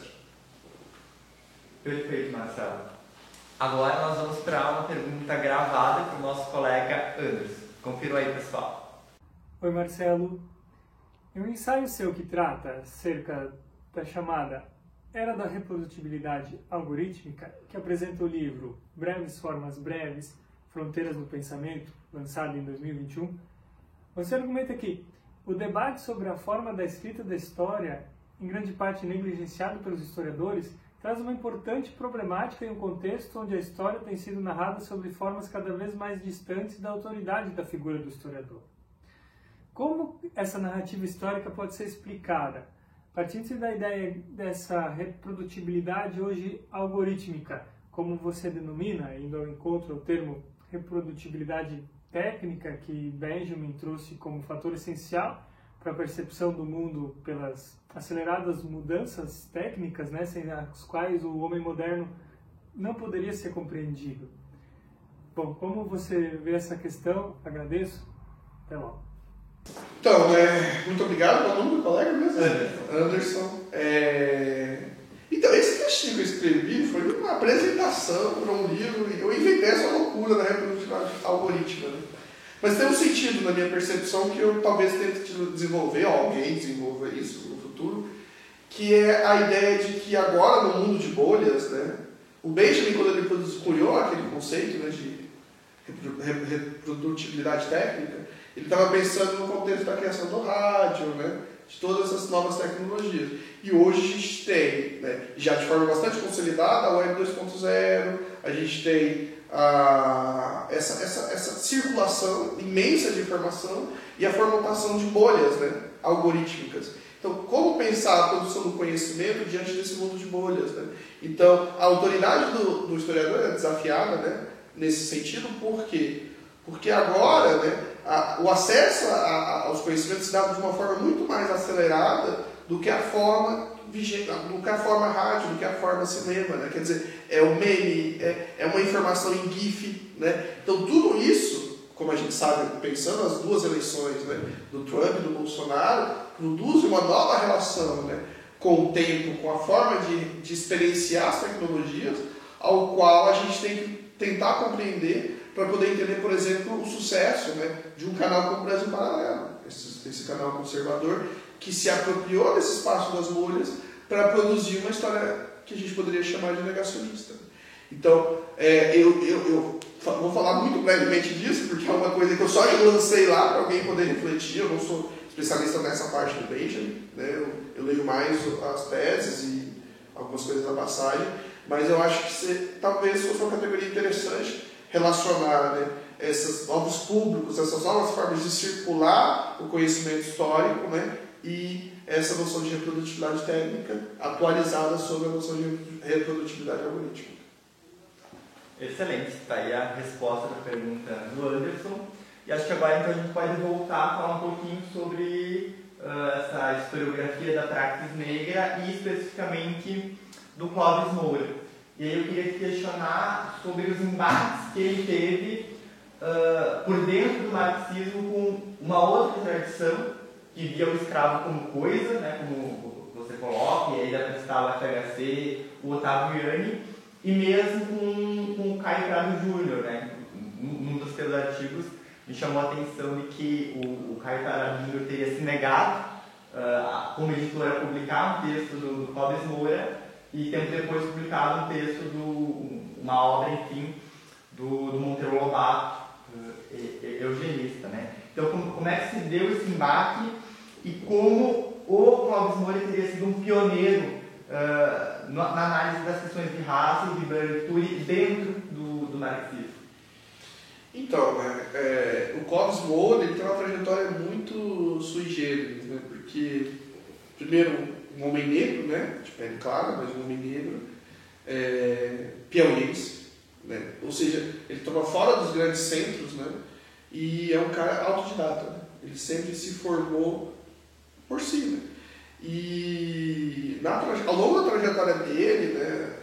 Perfeito, Marcelo. Agora nós vamos para uma pergunta gravada para o nosso colega Anderson. Confira aí, pessoal. Oi, Marcelo. Em um ensaio seu que trata acerca da chamada Era da Reprodutibilidade Algorítmica, que apresenta o livro Breves Formas Breves, Fronteiras do Pensamento, lançado em dois mil e vinte e um, você argumenta que o debate sobre a forma da escrita da história, em grande parte negligenciado pelos historiadores, traz uma importante problemática em um contexto onde a história tem sido narrada sobre formas cada vez mais distantes da autoridade da figura do historiador. Como essa narrativa histórica pode ser explicada? Partindo da ideia dessa reprodutibilidade hoje algorítmica, como você denomina, indo ao encontro ao termo reprodutibilidade técnica, que Benjamin trouxe como fator essencial para a percepção do mundo pelas aceleradas mudanças técnicas, né, sem as quais o homem moderno não poderia ser compreendido. Bom, como você vê essa questão? Agradeço. Até logo. Então, é, muito obrigado. Qual é o nome do colega mesmo? Anderson. Anderson. É... Então, esse textinho que eu escrevi foi uma apresentação para um livro e eu inventei essa loucura da reprodutibilidade algorítmica. Né? Mas tem um sentido na minha percepção que eu talvez tente desenvolver, ou alguém desenvolva isso no futuro, que é a ideia de que agora no mundo de bolhas, né, o Benjamin, quando ele criou aquele conceito, né, de reprodutibilidade técnica, ele estava pensando no contexto da criação do rádio, né, de todas essas novas tecnologias. E hoje a gente tem, né, já de forma bastante consolidada, a Web dois ponto zero, a gente tem a, essa, essa, essa circulação imensa de informação e a formatação de bolhas, né, algorítmicas. Então, como pensar a produção do conhecimento diante desse mundo de bolhas, né? Então, a autoridade do, do historiador é desafiada, né, nesse sentido, por quê? Porque agora, né, a, o acesso a, a, aos conhecimentos se dá de uma forma muito mais acelerada do que a forma do que a forma rádio, do que a forma cinema, né? Quer dizer, é o meme, é, é uma informação em GIF, né? Então tudo isso, como a gente sabe, pensando nas duas eleições, né, do Trump e do Bolsonaro, produz uma nova relação, né, com o tempo, com a forma de, de experienciar as tecnologias, ao qual a gente tem que tentar compreender para poder entender, por exemplo, o sucesso, né, de um canal como o Brasil Paralelo, esse, esse canal conservador, que se apropriou desse espaço das bolhas para produzir uma história que a gente poderia chamar de negacionista. Então, é, eu, eu, eu vou falar muito brevemente disso, porque é uma coisa que eu só lancei lá para alguém poder refletir. Eu não sou especialista nessa parte do Benjamin, né? eu, eu leio mais as teses e algumas coisas da passagem, mas eu acho que se, talvez fosse uma categoria interessante relacionar, né, esses novos públicos, essas novas formas de circular o conhecimento histórico, né, e essa noção de reprodutibilidade técnica atualizada sobre a noção de reprodutibilidade algorítmica. Excelente, está aí a resposta da pergunta do Anderson. E acho que agora então a gente pode voltar a falar um pouquinho sobre uh, essa historiografia da praxis negra e especificamente do Clóvis Moura. E aí eu queria te questionar sobre os embates que ele teve uh, por dentro do marxismo com uma outra tradição que via o escravo como coisa, né, como você coloca, e aí dá para citar o F H C, o Otávio Ianni, e mesmo com, com o Caio Prado Júnior, né, num dos seus artigos me chamou a atenção de que o, o Caio Prado Júnior teria se negado, uh, como editor, a publicar um texto do, do Clóvis Moura, e tempo depois publicado um texto, do, uma obra, enfim, do, do Monteiro Lobato, uh, eugenista, né. Então, como, como é que se deu esse embate e como o Clóvis Moura teria sido um pioneiro uh, na análise das questões de raça e de branquitude dentro do, do marxismo? Então, né, é, o Clóvis Moura ele tem uma trajetória muito sui generis, né, porque, primeiro, um homem negro, né, de pele clara, mas um homem negro, é, piauiense, né, ou seja, ele estava fora dos grandes centros, né, e é um cara autodidata, né? Ele sempre se formou por si, né? E na, ao longo da trajetória dele, né,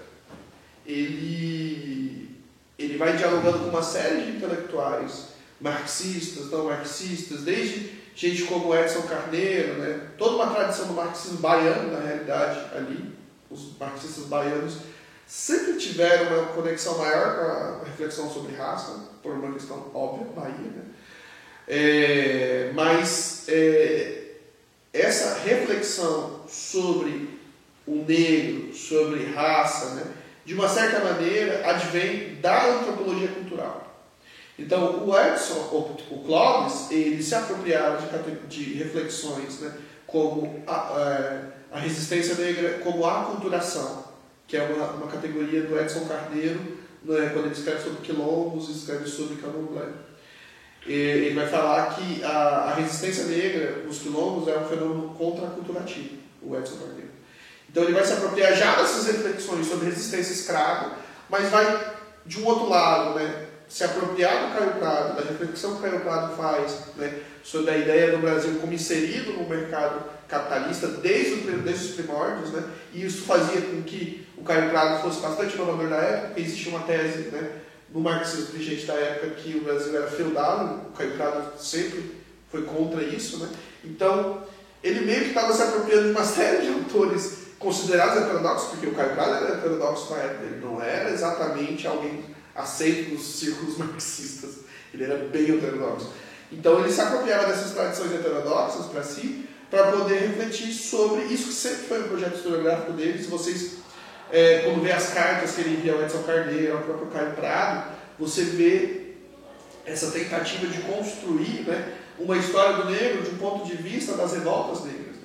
ele, ele vai dialogando com uma série de intelectuais marxistas, não marxistas, desde gente como Edson Carneiro, né? Toda uma tradição do marxismo baiano, na realidade, ali. Os marxistas baianos sempre tiveram uma conexão maior com a reflexão sobre raça, por uma questão óbvia, Bahia, né? É, mas é, essa reflexão sobre o negro, sobre raça, né, de uma certa maneira advém da antropologia cultural. Então o Edson, o, o Clóvis, ele se apropriava de, de reflexões, né, como a, a, a resistência negra, como a aculturação, que é uma, uma categoria do Edson Carneiro, né, quando ele escreve sobre quilombos, escreve sobre candomblé. Ele vai falar que a, a resistência negra, os quilombos, é um fenômeno contraculturativo, o Edson Carneiro. Então ele vai se apropriar já dessas reflexões sobre resistência escrava, mas vai, de um outro lado, né, se apropriar do Caio Prado, da reflexão que o Caio Prado faz, né, sobre a ideia do Brasil como inserido no mercado capitalista desde, o, desde os primórdios, né, e isso fazia com que o Caio Prado fosse bastante inovador na época, porque existia uma tese, né, no marxismo vigente da época que o Brasil era feudal, o Caio Prado sempre foi contra isso, né? Então, ele meio que estava se apropriando de uma série de autores considerados heterodoxos, porque o Caio Prado era heterodoxo na época, ele não era exatamente alguém aceito nos círculos marxistas, ele era bem heterodoxo. Então, ele se apropriava dessas tradições heterodoxas para si, para poder refletir sobre isso que sempre foi um projeto historiográfico dele. Se vocês É, quando vê as cartas que ele envia ao Edson Carneiro, ao próprio Caio Prado, você vê essa tentativa de construir, né, uma história do negro de um ponto de vista das revoltas negras. Né?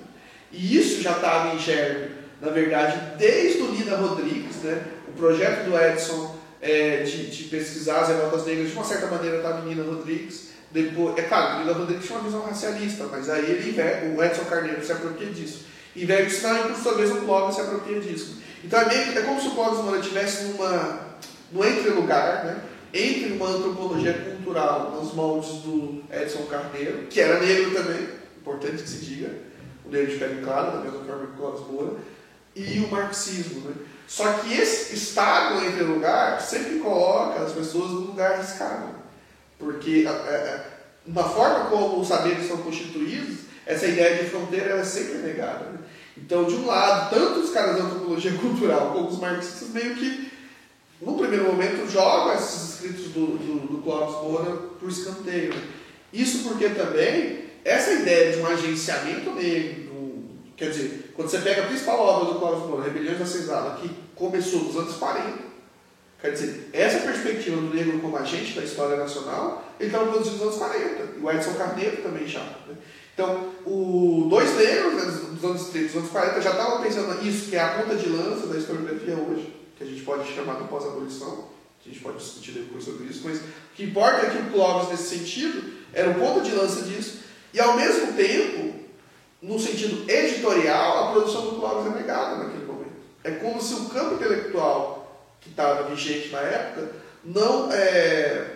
E isso já estava em germe, na verdade, desde o Nina Rodrigues, né? O projeto do Edson é, de, de pesquisar as revoltas negras, de uma certa maneira estava em Nina Rodrigues. Depois, é claro, o Nina Rodrigues tinha uma visão racialista, mas aí ele, o Edson Carneiro se apropria disso. Em vez disso, e por sua vez, o Clóvis se apropria disso. Então é, meio, é como se o Clóvis Moura estivesse numa, num entre-lugar, né? Entre uma antropologia cultural nos moldes do Edson Carneiro, que era negro também, importante que se diga, o negro de pele clara, da mesma forma que o Clóvis Moura, e o marxismo. Né? Só que esse estar no entre-lugar sempre coloca as pessoas num lugar arriscado. Porque a, a, na forma como os saberes são constituídos, essa ideia de fronteira ela é sempre negada. Né? Então, de um lado, tanto os caras da antropologia cultural como os marxistas meio que, no primeiro momento, jogam esses escritos do, do, do Clóvis Moura por escanteio. Né? Isso porque também, essa ideia de um agenciamento negro, do, quer dizer, quando você pega a principal obra do Clóvis Moura, Rebeliões da Senzala, que começou nos anos quarenta, quer dizer, essa perspectiva do negro como agente da história nacional, ele estava produzindo nos anos quarenta, e o Edson Carneiro também já. Né? Então, o dois negros, né, dos anos trinta, dos anos quarenta, já estavam pensando nisso, que é a ponta de lança da historiografia hoje, que a gente pode chamar de pós-abolição, que a gente pode discutir depois sobre isso, mas o que importa é que o Clóvis, nesse sentido, era o ponto de lança disso, e ao mesmo tempo, no sentido editorial, a produção do Clóvis é negada naquele momento. É como se o campo intelectual que estava vigente na época não, é,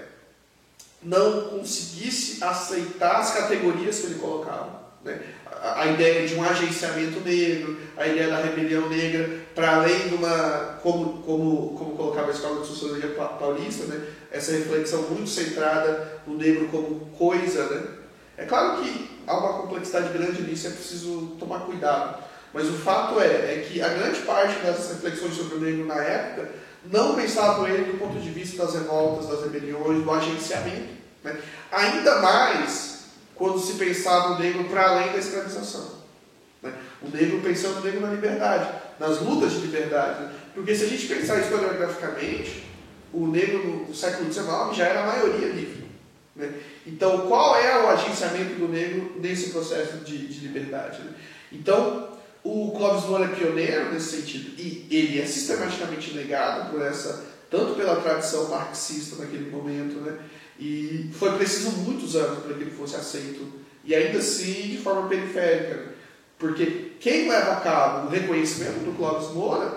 não conseguisse aceitar as categorias que ele colocava. Né? A, a ideia de um agenciamento negro, a ideia da rebelião negra, para além de uma, como, como, como colocava a Escola de Sociologia Paulista, né? Essa reflexão muito centrada no negro como coisa. Né? É claro que há uma complexidade grande nisso, é preciso tomar cuidado. Mas o fato é, é que a grande parte dessas reflexões sobre o negro na época não pensavam ele do ponto de vista das revoltas, das rebeliões, do agenciamento. Né? Ainda mais quando se pensava o negro para além da escravização. Né? O negro pensando o negro na liberdade, nas lutas de liberdade. Né? Porque se a gente pensar historiograficamente, o negro no século dezenove já era a maioria livre. Né? Então, qual é o agenciamento do negro nesse processo de, de liberdade? Né? Então, o Clóvis Moura é pioneiro nesse sentido, e ele é sistematicamente negado por essa, tanto pela tradição marxista naquele momento, né? E foi preciso muitos anos para que ele fosse aceito, e ainda assim de forma periférica, né? Porque quem leva a cabo o reconhecimento do Clóvis Moura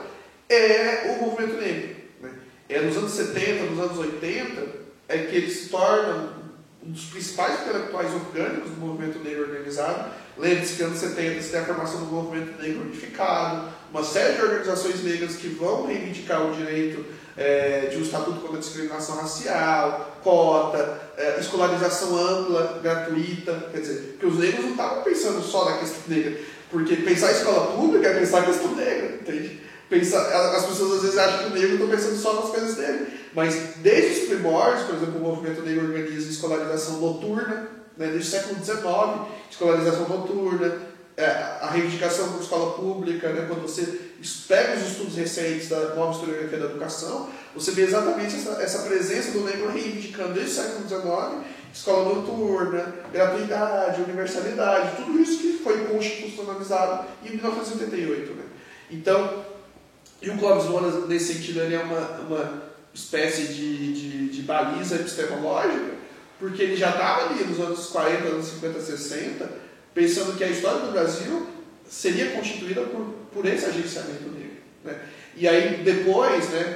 é o movimento negro. Né? É nos anos setenta, nos anos oitenta, é que ele se torna um dos principais intelectuais orgânicos do movimento negro organizado. Lembre-se que nos anos setenta se tem a formação do movimento negro unificado, uma série de organizações negras que vão reivindicar o direito é, de um estatuto contra a discriminação racial, cota, é, escolarização ampla, gratuita. Quer dizer, porque os negros não estavam pensando só na questão negra, porque pensar em escola pública é pensar na questão negra, entende? Pensar, as pessoas às vezes acham que o negro está pensando só nas coisas dele, mas desde os primórdios, por exemplo, o movimento negro organiza escolarização noturna, né, desde o século dezenove, escolarização noturna, é, a reivindicação por escola pública, né, quando você pega os estudos recentes da nova historiografia da educação, você vê exatamente essa, essa presença do negro reivindicando desde o século dezenove, escola noturna, gratuidade, universalidade, tudo isso que foi constitucionalizado em mil novecentos e setenta e oito. Né? Então, e o Clóvis Moura, nesse sentido, ele é uma, uma espécie de, de, de baliza epistemológica, porque ele já estava ali nos anos quarenta, anos cinquenta, sessenta, pensando que a história do Brasil seria constituída por, por esse agenciamento negro. Né? E aí, depois, né,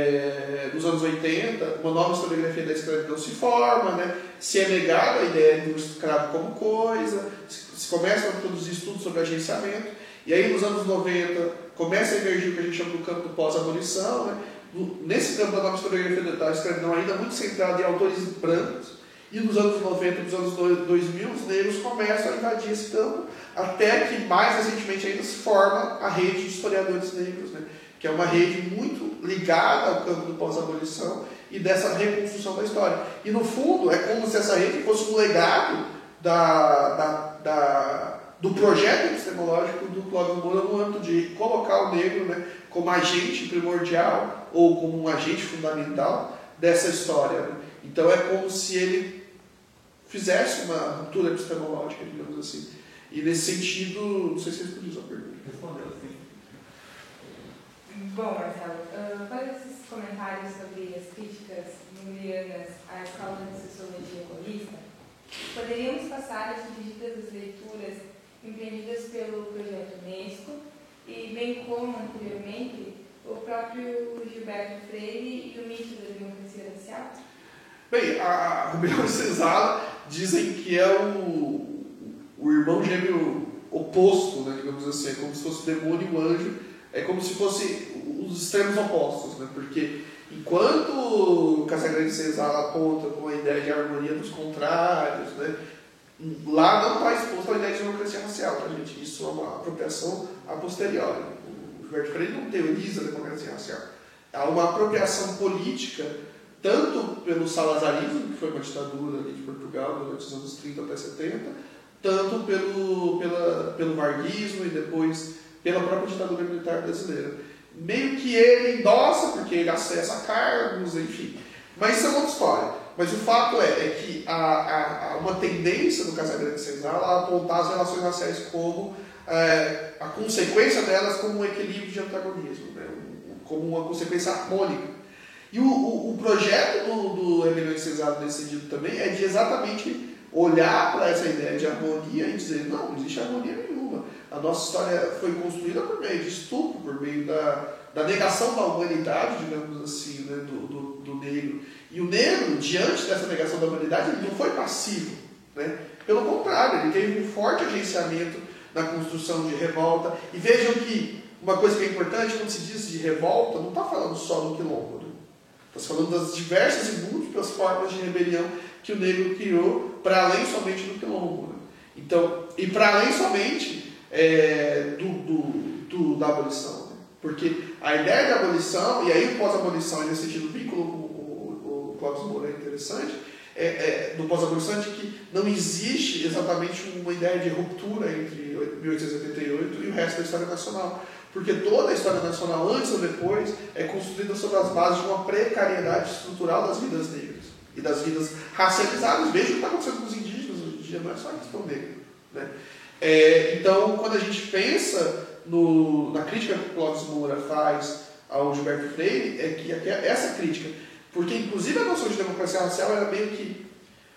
é, nos anos oitenta, uma nova historiografia da escravidão se forma, né, se é negada a ideia do escravo como coisa, se, se começam a produzir estudos sobre agenciamento, e aí nos anos noventa começa a emergir o que a gente chama do campo do pós-abolição, né? Nesse campo da nova historiografia da escravidão ainda muito centrado em autores brancos, e nos anos noventa, nos anos dois mil, os negros começam a invadir esse campo, até que mais recentemente ainda se forma a rede de historiadores negros, né? Que é uma rede muito ligada ao campo do pós-abolição e dessa reconstrução da história. E no fundo é como se essa rede fosse um legado da, da, da, do projeto epistemológico do Clóvis Moura no âmbito de colocar o negro, né, como agente primordial ou como um agente fundamental dessa história. Né? Então é como se ele fizesse uma ruptura epistemológica, digamos assim. E nesse sentido, não sei se respondi a sua pergunta. Respondeu, sim. Bom, Marcelo, uh, quais esses comentários sobre as críticas junguianas à escola de sociologia holista, poderíamos passar as divididas as leituras empreendidas pelo projeto Unesco e, bem como anteriormente, o próprio Gilberto Freire e o mito da democracia racial? Bem, a Rebelião de Senzala dizem que é o, o irmão gêmeo oposto, né, digamos assim, é como se fosse o demônio e o anjo, é como se fossem os extremos opostos, né, porque enquanto Casagrande Senzala aponta com a ideia de harmonia dos contrários, né, lá não está exposto a ideia de democracia racial, tá, gente? Isso é uma apropriação a posteriori. O Gilberto Freire não teoriza a democracia racial. Há uma apropriação política tanto pelo salazarismo, que foi uma ditadura ali de Portugal durante os anos trinta até setenta, tanto pelo, pela, pelo varguismo e depois pela própria ditadura militar brasileira. Meio que ele endossa, porque ele acessa cargos, enfim. Mas isso é outra história. Mas o fato é, é que há, há, há uma tendência no Casagrande Senzala a apontar as relações raciais como é, a consequência delas como um equilíbrio de antagonismo, né? Como uma consequência harmônica. E o, o, o projeto do, do Rebelião de Senzala nesse sentido também é de exatamente olhar para essa ideia de harmonia e dizer, não, não existe harmonia nenhuma. A nossa história foi construída por meio de estupro, por meio da, da negação da humanidade, digamos assim, né, do, do, do negro. E o negro, diante dessa negação da humanidade, ele não foi passivo, né? Pelo contrário, ele teve um forte agenciamento na construção de revolta. E vejam que uma coisa que é importante, quando se diz de revolta, não está falando só do quilombo, né? Está falando das diversas e múltiplas formas de rebelião que o negro criou para além somente do quilombo, né? Então, e para além somente é, do, do, do, da abolição, né? Porque a ideia da abolição, e aí o pós-abolição, nesse sentido, vínculo com o, o Clóvis Moura é interessante, é, é, do pós-abolição, de que não existe exatamente uma ideia de ruptura entre mil oitocentos e oitenta e oito e o resto da história nacional. Porque toda a história nacional, antes ou depois, é construída sobre as bases de uma precariedade estrutural das vidas negras e das vidas racializadas. Veja o que está acontecendo com os indígenas hoje em dia, não é só a questão negra, né? É, então, quando a gente pensa no, na crítica que o Clóvis Moura faz ao Gilberto Freire, é que essa crítica, porque inclusive a noção de democracia racial era meio que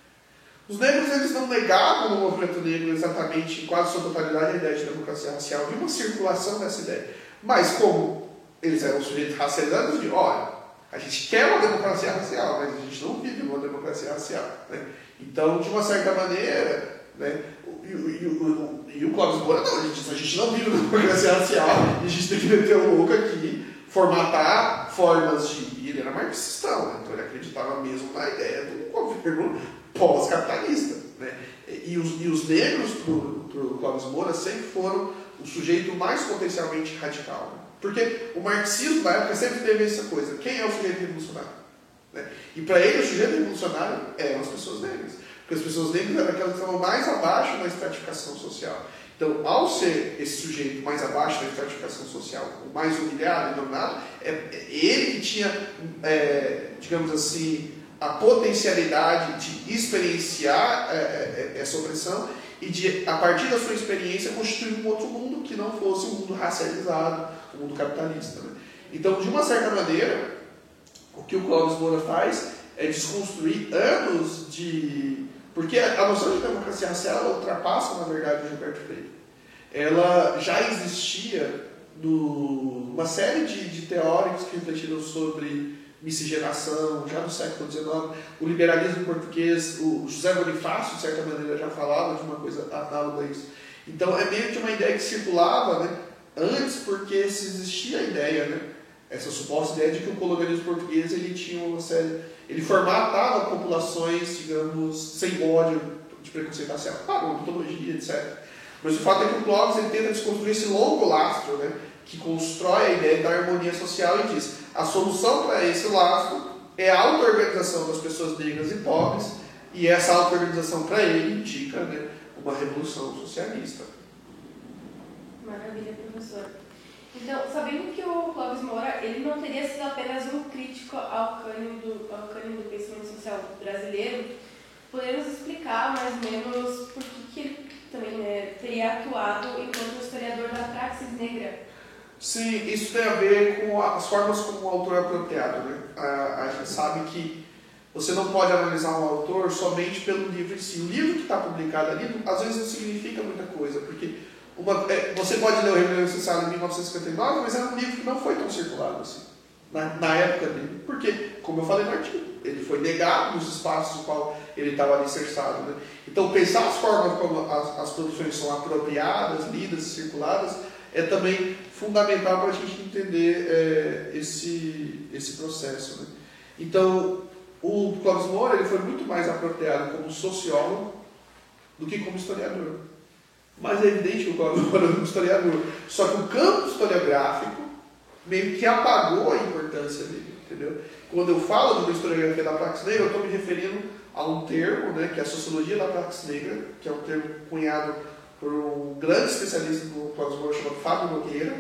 os negros, eles não negavam no movimento negro exatamente, em quase sua totalidade, a ideia de democracia racial, de uma circulação dessa ideia. Mas como eles eram sujeitos racializados, de olha, a gente quer uma democracia racial, mas a gente não vive uma democracia racial, né? Então, de uma certa maneira, né, e, e, e, e o Clóvis Moura não, ele diz, a gente não vive uma democracia racial, e a gente tem que meter o louco aqui, formatar formas de... E ele era marxistão, né? Então ele acreditava mesmo na ideia do governo pós-capitalista, né? E os, e os negros, para o Clóvis Moura, sempre foram o sujeito mais potencialmente radical, né? Porque o marxismo, na época, sempre teve essa coisa. Quem é o sujeito revolucionário? Né? E para ele, o sujeito revolucionário eram as pessoas negras. Porque as pessoas negras eram aquelas que estavam mais abaixo na estratificação social. Então, ao ser esse sujeito mais abaixo da estratificação social, o mais humilhado e dominado, é, é ele que tinha, é, digamos assim, a potencialidade de experienciar é, é, essa opressão e de, a partir da sua experiência, constituir um outro mundo que não fosse um mundo racializado, um mundo capitalista, né? Então, de uma certa maneira, o que o Clóvis Moura faz é desconstruir anos de... Porque a noção de democracia racial ela ultrapassa, na verdade, o Gilberto Freire. Ela já existia numa série de, de teóricos que refletiram sobre miscigenação, já no século dezenove. O liberalismo português, o José Bonifácio, de certa maneira, já falava de uma coisa análoga a isso. Então, é meio que uma ideia que circulava, né, antes, porque se existia a ideia, né, essa suposta ideia de que o colonialismo português ele tinha uma série... Ele formatava populações, digamos, sem ódio de preconceito racial, claro, ontologia, etcétera. Mas o fato é que o Clóvis ele tenta desconstruir esse longo lastro, né, que constrói a ideia da harmonia social e diz a solução para esse lastro é a auto-organização das pessoas negras e pobres, e essa auto-organização para ele indica, né, uma revolução socialista. Maravilha, professor. Então, sabendo que o Clóvis Moura ele não teria sido apenas um crítico ao cânone do, ao cânone do pensamento social brasileiro, podemos explicar mais ou menos por que, que ele também né, teria atuado enquanto historiador da praxis negra. Sim, isso tem a ver com as formas como o autor é apropriado, né? A, a gente sabe que você não pode analisar um autor somente pelo livro em si. O livro que está publicado ali, às vezes não significa muita coisa, porque uma, é, você pode ler o Rebelião Necessária em mil novecentos e cinquenta e nove, mas era um livro que não foi tão circulado assim, na, na época dele. Por quê? Como eu falei no artigo, ele foi negado nos espaços no qual ele estava alicerçado, né? Então, pensar as formas como as, as produções são apropriadas, lidas e circuladas é também fundamental para a gente entender é, esse, esse processo, né? Então, o Clóvis Moura ele foi muito mais apropriado como sociólogo do que como historiador. Mas é evidente que o Clóvis Moura é um historiador. Só que o campo historiográfico meio que apagou a importância dele, entendeu? Quando eu falo de uma historiografia da praxis negra, eu estou me referindo a um termo, né, que é a sociologia da praxis negra, que é um termo cunhado por um grande especialista do Clóvis Moura chamado Fábio Nogueira.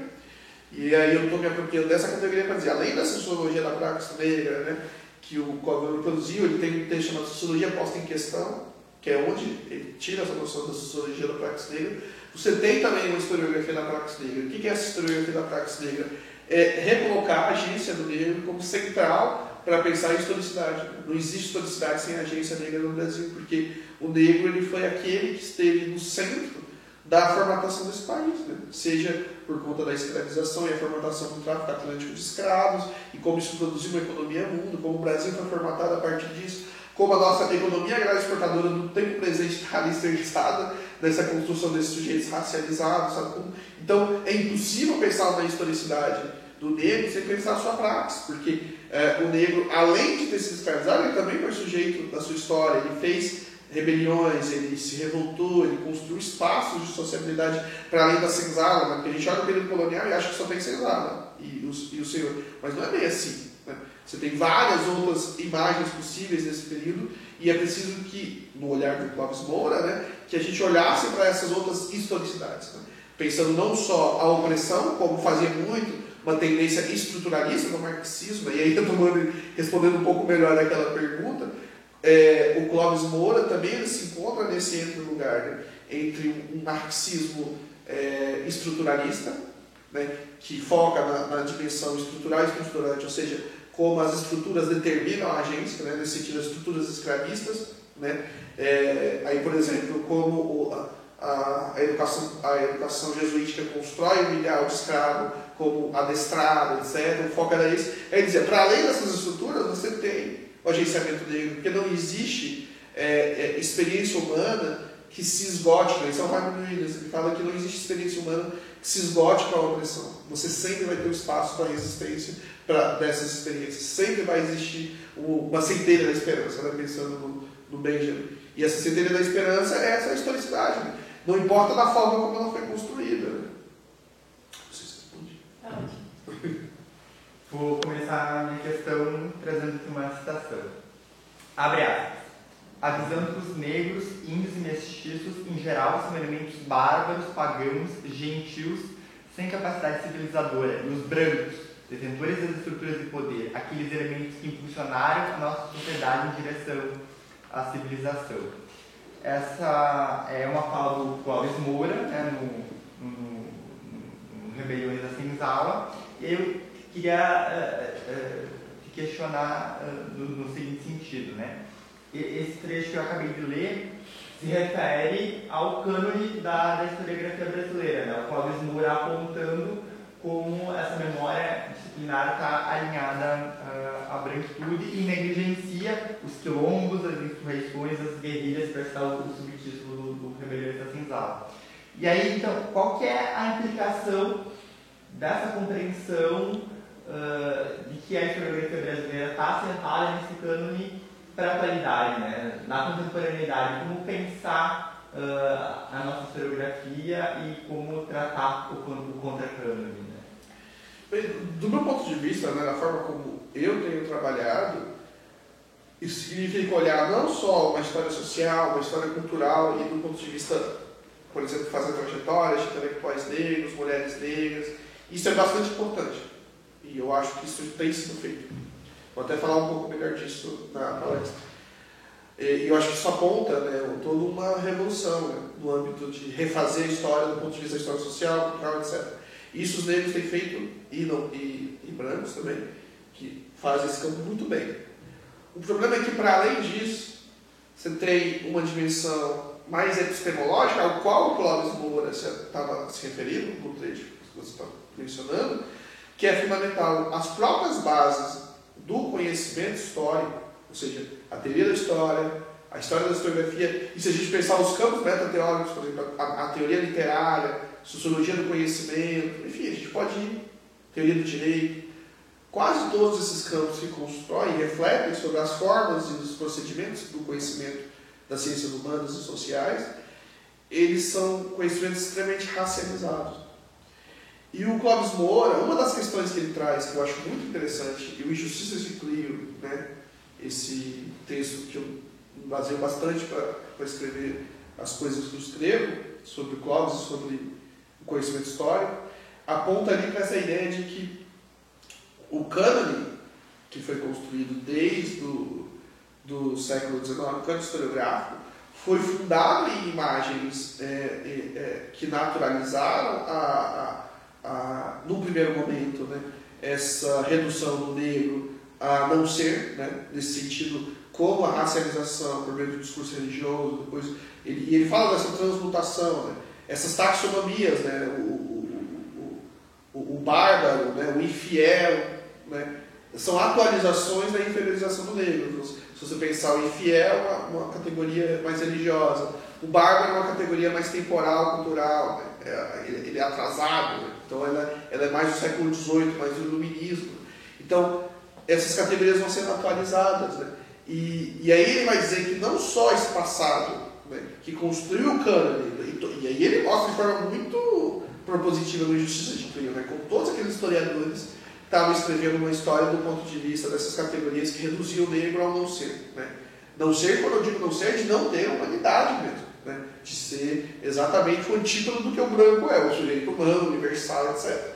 E aí eu estou me apropriando dessa categoria para dizer, além da sociologia da praxis negra, né, que o Clóvis Moura produziu, ele tem um texto chamado Sociologia Posta em Questão, que é onde ele tira essa noção da sociologia da praxis negra. Você tem também uma historiografia da praxis negra. O que é essa historiografia da praxis negra? É recolocar a agência do negro como central para pensar a historicidade. Não existe historicidade sem agência negra no Brasil, porque o negro ele foi aquele que esteve no centro da formatação desse país, né? Seja por conta da escravização e a formatação do tráfico atlântico de escravos, e como isso produziu uma economia mundo, como o Brasil foi formatado a partir disso, como a nossa economia agrária exportadora no tempo presente está alicerçada nessa construção desses sujeitos racializados, sabe como? Então é impossível pensar uma historicidade do negro sem pensar a sua praxis, porque é, o negro, além de ter sido escravizado, ele também foi sujeito da sua história, ele fez rebeliões, ele se revoltou, ele construiu espaços de sociabilidade para além da senzala, né? Porque a gente olha o período colonial e acha que só tem senzala e o, e o senhor, mas não é bem assim, né? Você tem várias outras imagens possíveis desse período e é preciso que, no olhar do Clóvis Moura, né, que a gente olhasse para essas outras historicidades, né? Pensando não só a opressão, como fazia muito uma tendência estruturalista do marxismo, e aí eu estou respondendo um pouco melhor aquela pergunta, é, o Clóvis Moura também ele se encontra nesse entre lugar, né, entre um marxismo é, estruturalista, né, que foca na, na dimensão estrutural e estruturante, ou seja, como as estruturas determinam a agência, né, nesse sentido, as estruturas escravistas, né, é, aí, por exemplo, como o, a, a, educação, a educação jesuítica constrói um ideal de escravo como adestrado, etcétera, o foco era esse. É dizer, para além dessas estruturas, você tem o agenciamento negro, porque não existe é, é, experiência humana que se esgote, né? Isso é o Raimundo Williams, ele fala que não existe experiência humana que se esgote com a opressão. Você sempre vai ter um espaço para a resistência pra, dessas experiências. Sempre vai existir uma centelha da esperança, né? Pensando no, no Benjamin. E essa centelha da esperança é essa historicidade. Né? Não importa da forma como ela foi construída. Né? Não sei se respondi. Tá ótimo. Vou começar a minha questão trazendo aqui uma citação. Abre aspas. Avisando que os negros, índios e mestiços, em geral, são elementos bárbaros, pagãos, gentios, sem capacidade civilizadora, e os brancos, detentores das estruturas de poder, aqueles elementos que impulsionaram a nossa sociedade em direção à civilização. Essa é uma fala do Clóvis Moura, né, no, no, no, no Rebeliões da Senzala. Eu queria uh, uh, te questionar uh, no, no seguinte sentido, né? Esse trecho que eu acabei de ler se refere ao cânone da, da historiografia brasileira, né? O Clóvis Moura apontando como essa memória disciplinar está alinhada uh, à branquitude e negligencia os quilombos, as insurreições, as guerrilhas, para citar o, o subtítulo do, do Rebeliões da Senzala. E aí, então, qual que é a implicação dessa compreensão uh, de que a historiografia brasileira está assentada nesse cânone para a atualidade, né? Na contemporaneidade, como pensar uh, a nossa historiografia e como tratar o, o contra-cânone, né? Bem, do meu ponto de vista, né, da forma como eu tenho trabalhado, isso significa olhar não só uma história social, uma história cultural e do ponto de vista, por exemplo, fazer trajetórias de intelectuais negros, mulheres negras. Isso é bastante importante e eu acho que isso tem sido feito. Vou até falar um pouco melhor disso na palestra. E eu acho que isso aponta, né, toda uma revolução, né, no âmbito de refazer a história do ponto de vista da história social, cultural, etcétera. Isso os negros têm feito, e, não, e, e brancos também, que fazem esse campo muito bem. O problema é que, para além disso, você tem uma dimensão mais epistemológica, ao qual o Clóvis Moura estava se referindo, no trecho que você está mencionando, que é fundamental. As próprias bases do conhecimento histórico, ou seja, a teoria da história, a história da historiografia, e se a gente pensar os campos metateóricos, por exemplo, a, a teoria literária, sociologia do conhecimento, enfim, a gente pode ir, teoria do direito, quase todos esses campos que constroem e refletem sobre as formas e os procedimentos do conhecimento das ciências humanas e sociais, eles são conhecimentos extremamente racializados. E o Clóvis Moura, uma das questões que ele traz, que eu acho muito interessante, e o Injustiças de Clio, né, esse texto que eu me baseio bastante para escrever as coisas que eu escrevo sobre o Clóvis e sobre o conhecimento histórico, aponta ali para essa ideia de que o cânone, que foi construído desde o do século dezenove, o cânone historiográfico, foi fundado em imagens é, é, que naturalizaram, a, a, a, no primeiro momento, né, essa redução do negro a não ser, né, nesse sentido, como a racialização por meio do discurso religioso, depois, ele, e ele fala dessa transmutação, né, essas taxonomias, né, o, o, o, o, o bárbaro, né, o infiel, né, são atualizações da inferiorização do negro. Se você pensar o infiel, uma, uma categoria mais religiosa, o bárbaro é uma categoria mais temporal, cultural, né? é, ele, ele é atrasado, né? Então ela, ela é mais do século dezoito, mais do iluminismo. Então essas categorias vão sendo atualizadas, né? e, e aí ele vai dizer que não só esse passado, né, que construiu o cânone, e, e aí ele mostra de forma muito propositiva no Injustiça de Clio, né, com todos aqueles historiadores estavam escrevendo uma história do ponto de vista dessas categorias que reduziam o negro ao não ser. Né? Não ser, quando eu digo não ser, de não ter humanidade mesmo. Né? De ser exatamente o antípodo do que o branco é, o sujeito humano, universal, etcétera.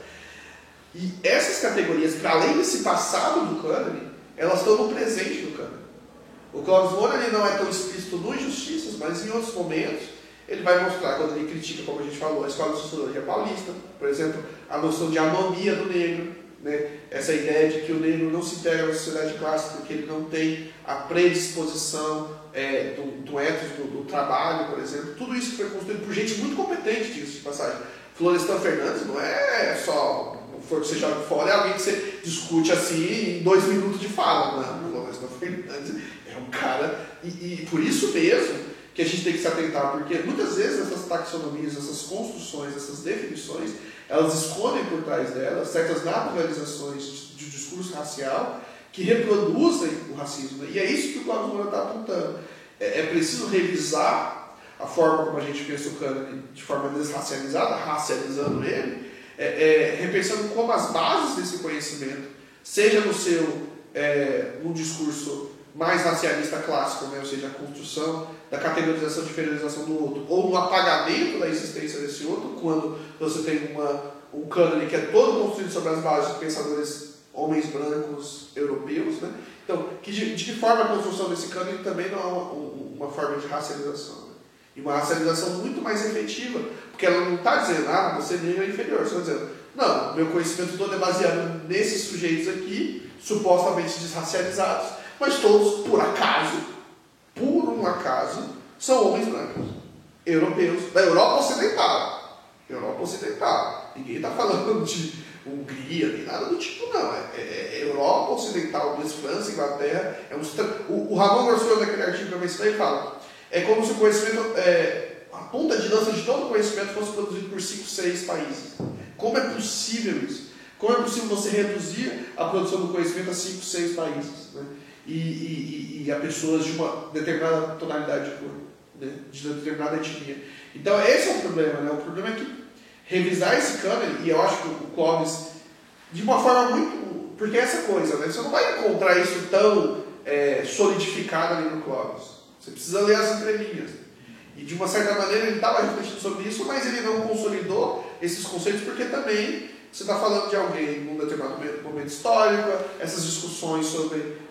E essas categorias, para além desse passado do cânone, elas estão no presente do cânone. O Clóvis Moura ele não é tão explícito no Injustiças, mas em outros momentos ele vai mostrar, quando ele critica, como a gente falou, a escola de sociologia paulista, por exemplo, a noção de anomia do negro, né? Essa ideia de que o negro não se integra na sociedade clássica porque ele não tem a predisposição é, do, do ethos do, do trabalho, por exemplo. Tudo isso que foi construído por gente muito competente, disso de passagem. Florestan Fernandes não é só for que você joga fora, é alguém que você discute assim em dois minutos de fala. Não, Florestan Fernandes é um cara, e, e por isso mesmo que a gente tem que se atentar, porque muitas vezes essas taxonomias, essas construções, essas definições, elas escondem por trás delas certas naturalizações de, de discurso racial que reproduzem o racismo. Né? E é isso que o Clóvis Moura está apontando. É, é preciso revisar a forma como a gente pensa o cânone de forma desracializada, racializando ele, é, é, repensando como as bases desse conhecimento, seja no seu é, no discurso mais racialista clássico, né? Ou seja, a construção da categorização e inferiorização do outro, ou no apagamento da existência desse outro, quando você tem uma, um cânone que é todo construído sobre as bases de pensadores homens brancos europeus. Né? Então, que de, de que forma a construção desse cânone também não é uma, uma forma de racialização. Né? E uma racialização muito mais efetiva, porque ela não está dizendo, ah, você negro é inferior, você está dizendo, não, meu conhecimento todo é baseado nesses sujeitos aqui, supostamente desracializados, mas todos, por acaso, por um acaso, são homens brancos, europeus, da Europa Ocidental. Europa Ocidental. Ninguém está falando de Hungria, nem nada do tipo, não. É, é, é Europa Ocidental, mesmo França, Inglaterra. É um, o, o Ramon Garçon, naquele artigo que eu mencionei, fala, é como se o conhecimento, é, a ponta de lança de todo o conhecimento fosse produzido por cinco, seis países. Como é possível isso? Como é possível você reduzir a produção do conhecimento a cinco, seis países? Né? E, e, e a pessoas de uma determinada tonalidade de cor, né? De determinada etnia. Então esse é o problema, né? O problema é que revisar esse cânone, e eu acho que o Clóvis, de uma forma muito... Porque é essa coisa, né? Você não vai encontrar isso tão é, solidificado ali no Clóvis. Você precisa ler as entrelinhas. E de uma certa maneira ele estava refletindo sobre isso, mas ele não consolidou esses conceitos porque também você está falando de alguém num determinado momento, momento histórico, essas discussões sobre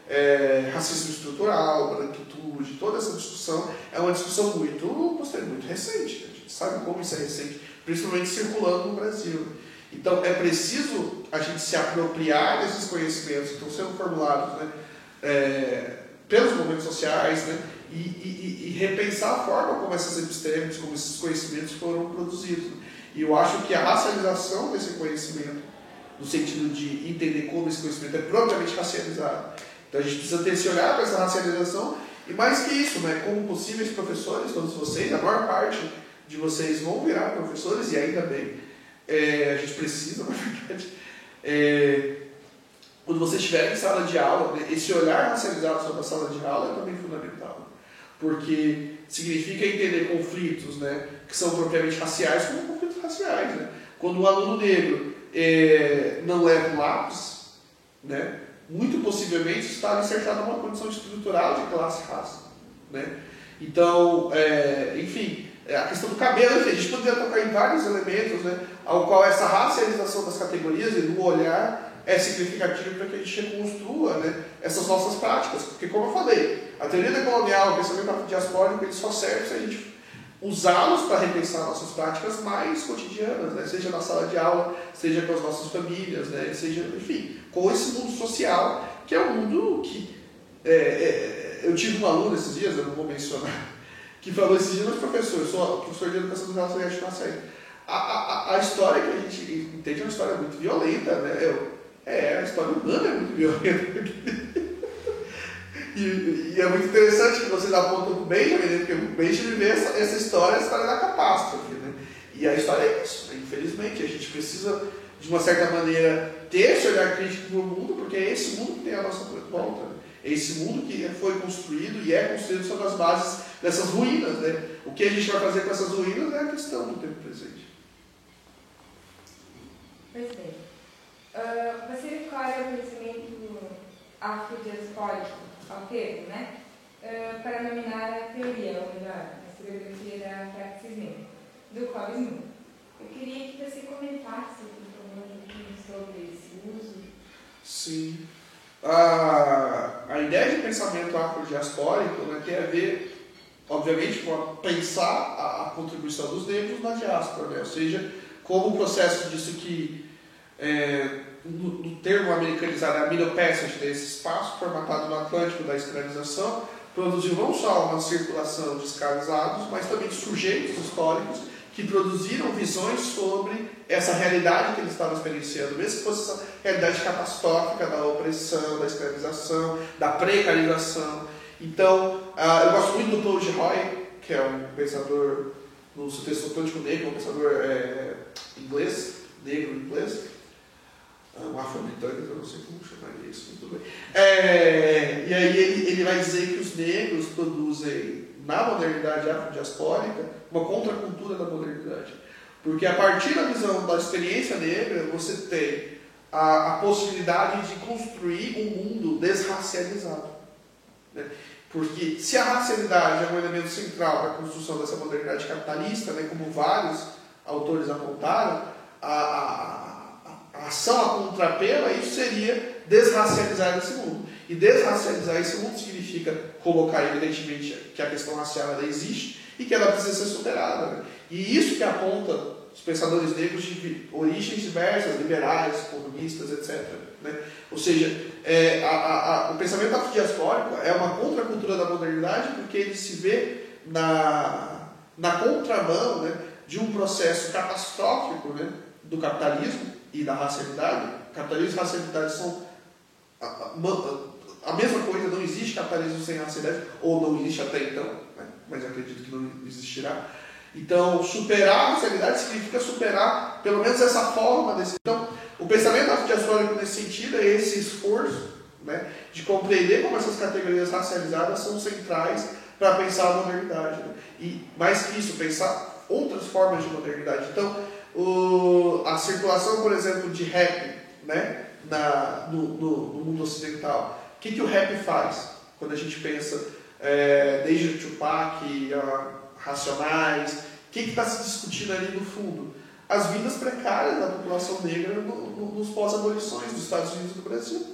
é, racismo estrutural, branquitude, toda essa discussão é uma discussão muito, muito recente. A gente sabe como isso é recente, principalmente circulando no Brasil. Então é preciso a gente se apropriar desses conhecimentos que estão sendo formulados, né, é, pelos movimentos sociais, né, e, e, e repensar a forma como essas epistemologias, como esses conhecimentos foram produzidos. E eu acho que a racialização desse conhecimento, no sentido de entender como esse conhecimento é propriamente racializado. Então a gente precisa ter esse olhar para essa racialização, e mais que isso, né, como possíveis professores, todos vocês, a maior parte de vocês vão virar professores, e ainda bem, é, a gente precisa, na verdade, é, quando vocês estiverem em sala de aula, né, esse olhar racializado sobre a sala de aula é também fundamental, porque significa entender conflitos, né, que são propriamente raciais como conflitos raciais. Né? Quando o aluno negro é, não leva o lápis, né, muito possivelmente está alicerçado numa condição estrutural de classe-raça. Né? Então, é, enfim, a questão do cabelo, enfim, a gente poderia tocar em vários elementos, né, ao qual essa racialização das categorias e do olhar é significativo para que a gente reconstrua, né, essas nossas práticas. Porque, como eu falei, a teoria decolonial, o pensamento diaspórico, ele só serve se a gente usá-los para repensar nossas práticas mais cotidianas, né, seja na sala de aula, seja com as nossas famílias, né, seja, enfim, com esse mundo social, que é um mundo que... É, é, eu tive um aluno esses dias, eu não vou mencionar, que falou esses dias, mas professor, eu sou professor de educação dos relações de Maceió. A, a, a história que a gente entende é uma história muito violenta, né? Eu, é, a história humana é muito violenta. e, e é muito interessante que vocês apontam para o Benjamin, né? Porque o Benjamin vê essa, essa história, a história da catástrofe, né? E a história é isso, né? Infelizmente. A gente precisa, de uma certa maneira, ter esse olhar crítico para o mundo, porque é esse mundo que tem a nossa volta, né? É esse mundo que foi construído e é construído sobre as bases dessas ruínas, né? O que a gente vai fazer com essas ruínas é a questão do tempo presente. Pois bem. Uh, você escolhe o conhecimento afrodiaspórico, ao termo, né? Uh, para nominar a teoria, ou melhor, a historiografia da praxis do Clóvis Nunes. Eu queria que você comentasse, por favor, um pouquinho sobre esse uso. Sim. A, a ideia de pensamento afrodiaspórico, né, tem a ver, obviamente, com pensar a, a contribuição dos negros na diáspora, né? Ou seja, como o processo disso que, é, no, no termo americanizado, a Middle Passage, né, esse espaço formatado no Atlântico da escravização, produziu não só uma circulação de escravizados, mas também de sujeitos históricos que produziram visões sobre essa realidade que eles estavam experienciando, mesmo que fosse essa realidade catastrófica da opressão, da escravização, da precarização. Então, uh, eu gosto muito do Paul Gilroy, que é um pensador no seu texto Atlântico Negro, um pensador é, inglês, negro inglês, um afro-britânico, eu não sei como chamaria isso, muito bem. É, e aí ele, ele vai dizer que os negros produzem, na modernidade afrodiaspórica, uma contracultura da modernidade. Porque a partir da visão da experiência negra, você tem a, a possibilidade de construir um mundo desracializado. Né? Porque se a racialidade é um elemento central para a construção dessa modernidade capitalista, né, como vários autores apontaram, a, a, a ação a contrapelo, isso seria desracializar esse mundo. E desracializar esse mundo significa colocar, evidentemente, que a questão racial ela existe e que ela precisa ser superada. Né? E isso que aponta os pensadores negros de origens diversas, liberais, comunistas, etcétera. Né? Ou seja, é, a, a, a, o pensamento afrodiaspórico é uma contracultura da modernidade porque ele se vê na, na contramão, né, de um processo catastrófico, né, do capitalismo e da racialidade. Capitalismo e racialidade são a, a, a mesma coisa, não existe capitalismo sem racialidade, ou não existe até então, né, mas eu acredito que não existirá. Então, superar a racialidade significa superar, pelo menos, essa forma desse... Então, o pensamento afrodiaspórico nesse sentido é esse esforço, né, de compreender como essas categorias racializadas são centrais para pensar a modernidade. Né? E, mais que isso, pensar outras formas de modernidade. Então, o, a circulação, por exemplo, de rap, né, na, no, no, no mundo ocidental. O que, que o rap faz? Quando a gente pensa, é, desde o Tupac, a Racionais, o que está se discutindo ali no fundo? As vidas precárias da população negra no, no, nos pós-abolições dos Estados Unidos e do Brasil.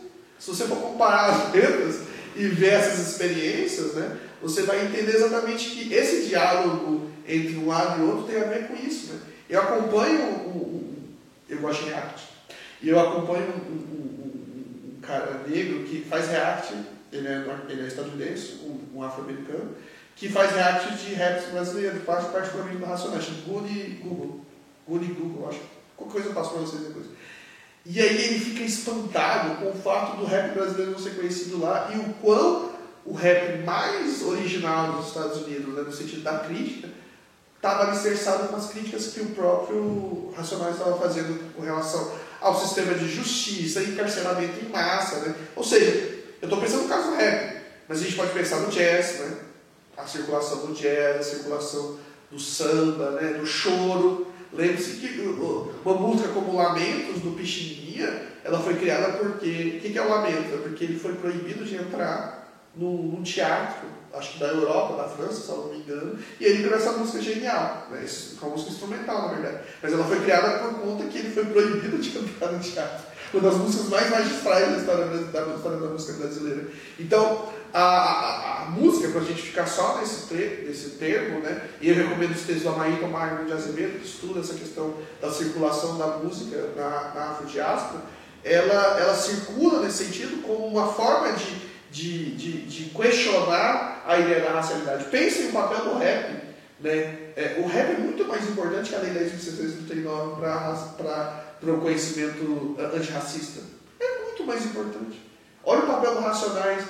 Se você for comparar as letras e ver essas experiências, né, você vai entender exatamente que esse diálogo entre um lado e outro tem a ver com isso. Né? Eu acompanho, o, o, eu gosto de React, e eu acompanho um, um, um cara negro que faz React, ele é, ele é estadunidense, um, um afro-americano, que faz React de raps brasileiro, particularmente do Racionais, Guni Google, Guni Google, acho. Qualquer coisa eu passo para vocês depois. E aí ele fica espantado com o fato do rap brasileiro não ser conhecido lá e o quão o rap mais original dos Estados Unidos, né, no sentido da crítica, estava alicerçado com as críticas que o próprio Racionais estava fazendo com relação ao sistema de justiça, encarceramento em massa, né? Ou seja, eu estou pensando no caso do rap, mas a gente pode pensar no jazz, né? A circulação do jazz, a circulação do samba, né? Do choro. Lembre-se que uma música como Lamentos, do Pixinguinha, ela foi criada porque... O que é o Lamento? É porque ele foi proibido de entrar num, num teatro, acho que da Europa, da França, se eu não me engano, e ele criou essa música genial, né? Uma música instrumental, na verdade. Mas ela foi criada por conta que ele foi proibido de entrar no teatro. Uma das músicas mais magistrais da história da, da, história da música brasileira. Então, a, a, a música, para a gente ficar só nesse, tre, nesse termo, né? E eu recomendo os textos do Amaílton Magno de Azevedo, que estuda essa questão da circulação da música na, na afrodiáspora, ela, ela circula nesse sentido como uma forma de, de, de, de questionar a ideia da racialidade. Pensem no papel do rap. Né? É, o rap é muito mais importante que a Lei dez mil seiscentos e trinta e nove para o conhecimento antirracista. É muito mais importante. Olha o papel dos Racionais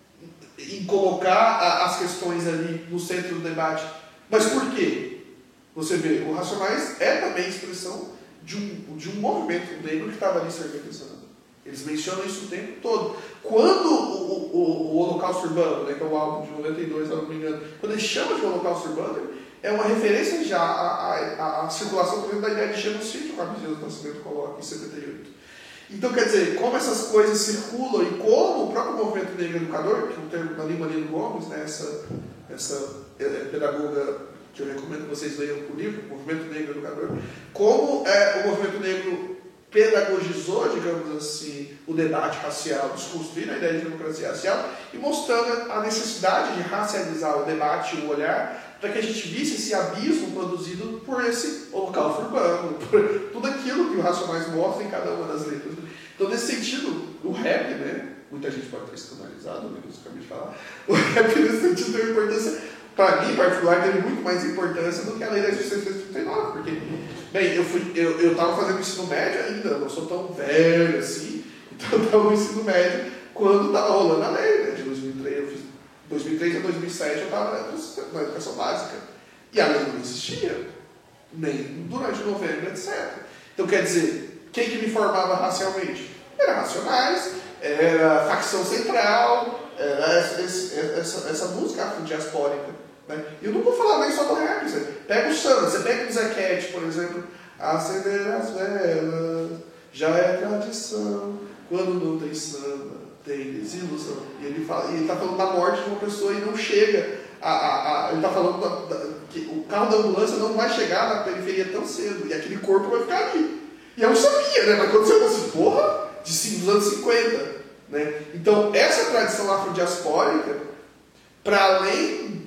em colocar a, as questões ali no centro do debate. Mas por quê? Você vê, o Racionais é também expressão de um, de um movimento negro que estava ali se organizando. Eles mencionam isso o tempo todo. Quando o, o, o Holocausto Urbano, né, que é o álbum de noventa e dois, se não me engano, quando ele chama de Holocausto Urbano, é uma referência já à, à, à circulação, por exemplo, da ideia de genocídio que o Abdias do Nascimento coloca em setenta e oito. Então, quer dizer, como essas coisas circulam e como o próprio movimento negro educador, que é um termo da Lima Lino Gomes, né, essa, essa pedagoga que eu recomendo que vocês leiam o livro, Movimento Negro Educador, como é, o movimento negro pedagogizou, digamos assim, o debate racial, desconstruindo a ideia de democracia racial e mostrando a necessidade de racializar o debate e o olhar para que a gente visse esse abismo produzido por esse holocausto urbano, por tudo aquilo que o Racionais mostra em cada uma das letras. Então, nesse sentido, o rap, né, muita gente pode ter escandalizado, né, que eu acabei de falar, o rap, nesse sentido, tem uma importância, para mim, em particular, teve muito mais importância do que a Lei dez mil seiscentos e trinta e nove, porque, bem, eu fui, eu, eu estava fazendo ensino médio ainda, eu não sou tão velho assim, então eu estava no ensino médio quando estava rolando a lei, né, de dois mil e três, eu fiz dois mil e três a dois mil e sete eu estava na educação básica. E a lei não existia, nem durante o novembro, etcétera. Então, quer dizer, quem que me formava racialmente? Era Racionais, era Facção Central, era essa, essa, essa música afrodiaspórica. Né? E eu não vou falar nem só do rap. Você pega o samba, você pega o Zé Cat, por exemplo, acender as velas, já é tradição, quando não tem samba, tem desilusão. E ele fala, ele está falando da morte de uma pessoa e não chega. A, a, a, ele está falando da, da, que o carro da ambulância não vai chegar na periferia tão cedo. E aquele corpo vai ficar ali. E eu não sabia, né? Mas quando você fala assim, porra, de dos anos cinquenta. Né? Então, essa tradição afrodiaspórica, para além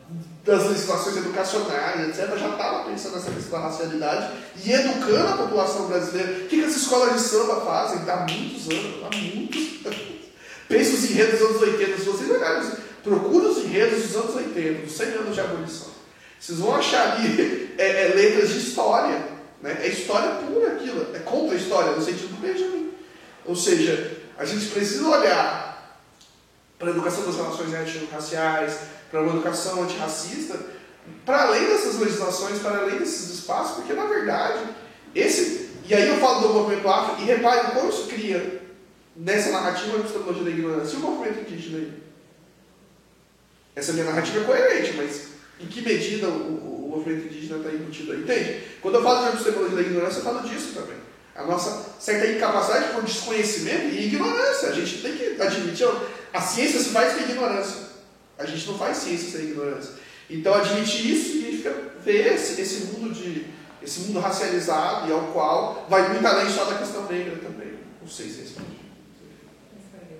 das legislações educacionais, etcétera, já estava pensando nessa questão da racialidade e educando a população brasileira. O que, que as escolas de samba fazem? Há muitos anos, há muitos anos. Pense os enredos dos anos oitenta, se vocês olharem, procure os enredos dos anos oitenta, dos cem anos de abolição. Vocês vão achar ali é, é, letras de história, né? É história pura aquilo, é contra a história, no sentido do Benjamin. Ou seja, a gente precisa olhar para a educação das relações étnico-raciais, para uma educação antirracista, para além dessas legislações, para além desses espaços, porque na verdade, esse. E aí eu falo do movimento afro, e reparem como isso cria nessa narrativa da epistemologia da ignorância e o movimento indígena aí. Essa minha narrativa é coerente, mas em que medida o, o, o movimento indígena está embutido aí? Entende? Quando eu falo de epistemologia da ignorância, eu falo disso também. A nossa certa incapacidade por desconhecimento e ignorância. A gente tem que admitir, a ciência se faz com ignorância. A gente não faz ciência sem ignorância. Então, admitir isso significa ver esse, esse mundo de, esse mundo racializado e ao qual vai muito além só da questão negra também. Não sei se é isso.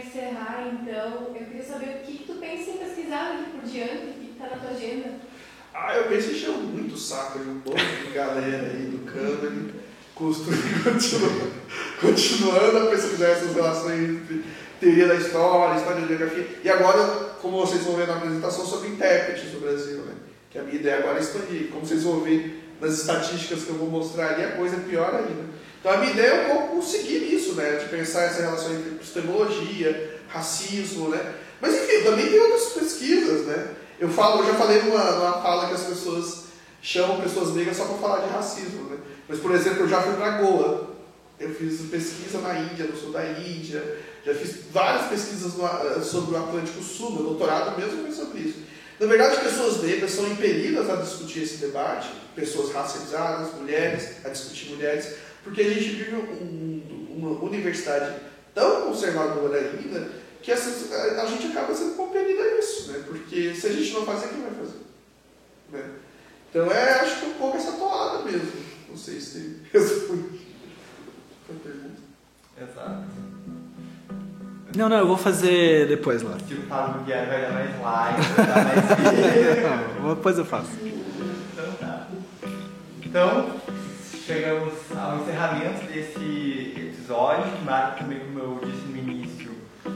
encerrar, então, eu queria saber o que tu pensa em pesquisar daqui por diante, o que está na tua agenda. Ah, eu penso em encher muito o saco de um monte de galera aí do Canvas, construir, continuando, continuando a pesquisar essas relações entre teoria da história, história da geografia, e agora, como vocês vão ver na apresentação, sobre intérpretes do Brasil, né? Que a minha ideia agora é expandir. Como vocês vão ver nas estatísticas que eu vou mostrar ali, a coisa é pior ainda. Então a minha ideia é um pouco seguir nisso, né? De pensar essa relação entre epistemologia, racismo, né? Mas enfim, também tem outras pesquisas, né? Eu, falo, eu já falei numa, numa fala que as pessoas chamam pessoas negras só para falar de racismo, né? Mas, por exemplo, eu já fui para Goa. Eu fiz pesquisa na Índia, no sul da Índia. Já fiz várias pesquisas no, sobre o Atlântico Sul. Meu doutorado mesmo foi sobre isso. Na verdade, pessoas negras são impelidas a discutir esse debate, pessoas racializadas, mulheres, a discutir mulheres, porque a gente vive um, uma universidade tão conservadora ainda que essas, a, a gente acaba sendo compelido a isso, né? Porque se a gente não fazer, quem vai fazer? Né? Então, é, acho que é um pouco essa toada mesmo. Não sei se responde a pergunta. Exato. Não, não, eu vou fazer depois lá. Se o Pablo vier, vai dar mais like, vai dar mais Não, depois eu faço. Então tá. Então, chegamos ao encerramento desse episódio, que marca também, como eu disse no início,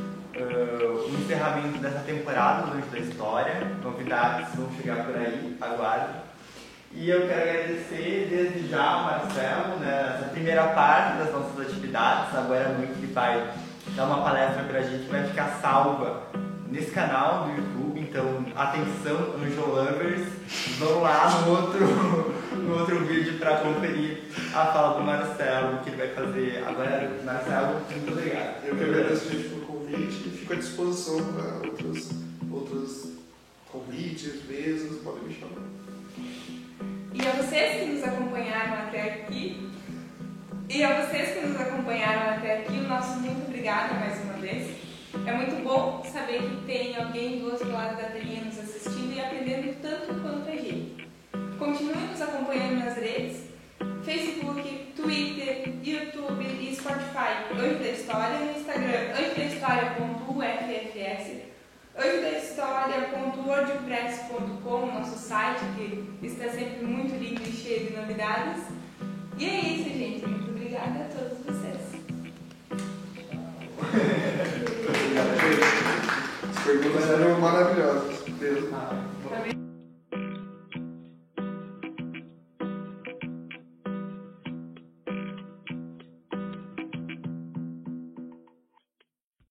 uh, o encerramento dessa temporada do Anjo da História. Novidades vão chegar por aí, aguardem. E eu quero agradecer desde já ao Marcelo, né, essa primeira parte das nossas atividades. Agora à noite ele vai dar uma palestra pra gente que vai ficar salva nesse canal do YouTube. Então, atenção, Anjo Lovers, vão lá no outro, no outro vídeo para conferir a fala do Marcelo, que ele vai fazer agora. Marcelo, muito obrigado. Eu que agradeço, gente, pelo convite e fico à disposição para outros, outros convites, mesas, podem me chamar. E a vocês que nos acompanharam até aqui, e a vocês que nos acompanharam até aqui, o nosso muito obrigada mais uma vez. É muito bom saber que tem alguém do outro lado da telinha nos assistindo e aprendendo tanto quanto a gente. Continue nos acompanhando nas redes, Facebook, Twitter, YouTube e Spotify, Anjo da História, no Instagram, anjo da história ponto u f f s, anjo da história ponto wordpress ponto com, nosso site que está sempre muito lindo e cheio de novidades. E é isso, gente. Muito obrigada a todos vocês. Obrigado, gente. As perguntas eram maravilhosas. Mesmo.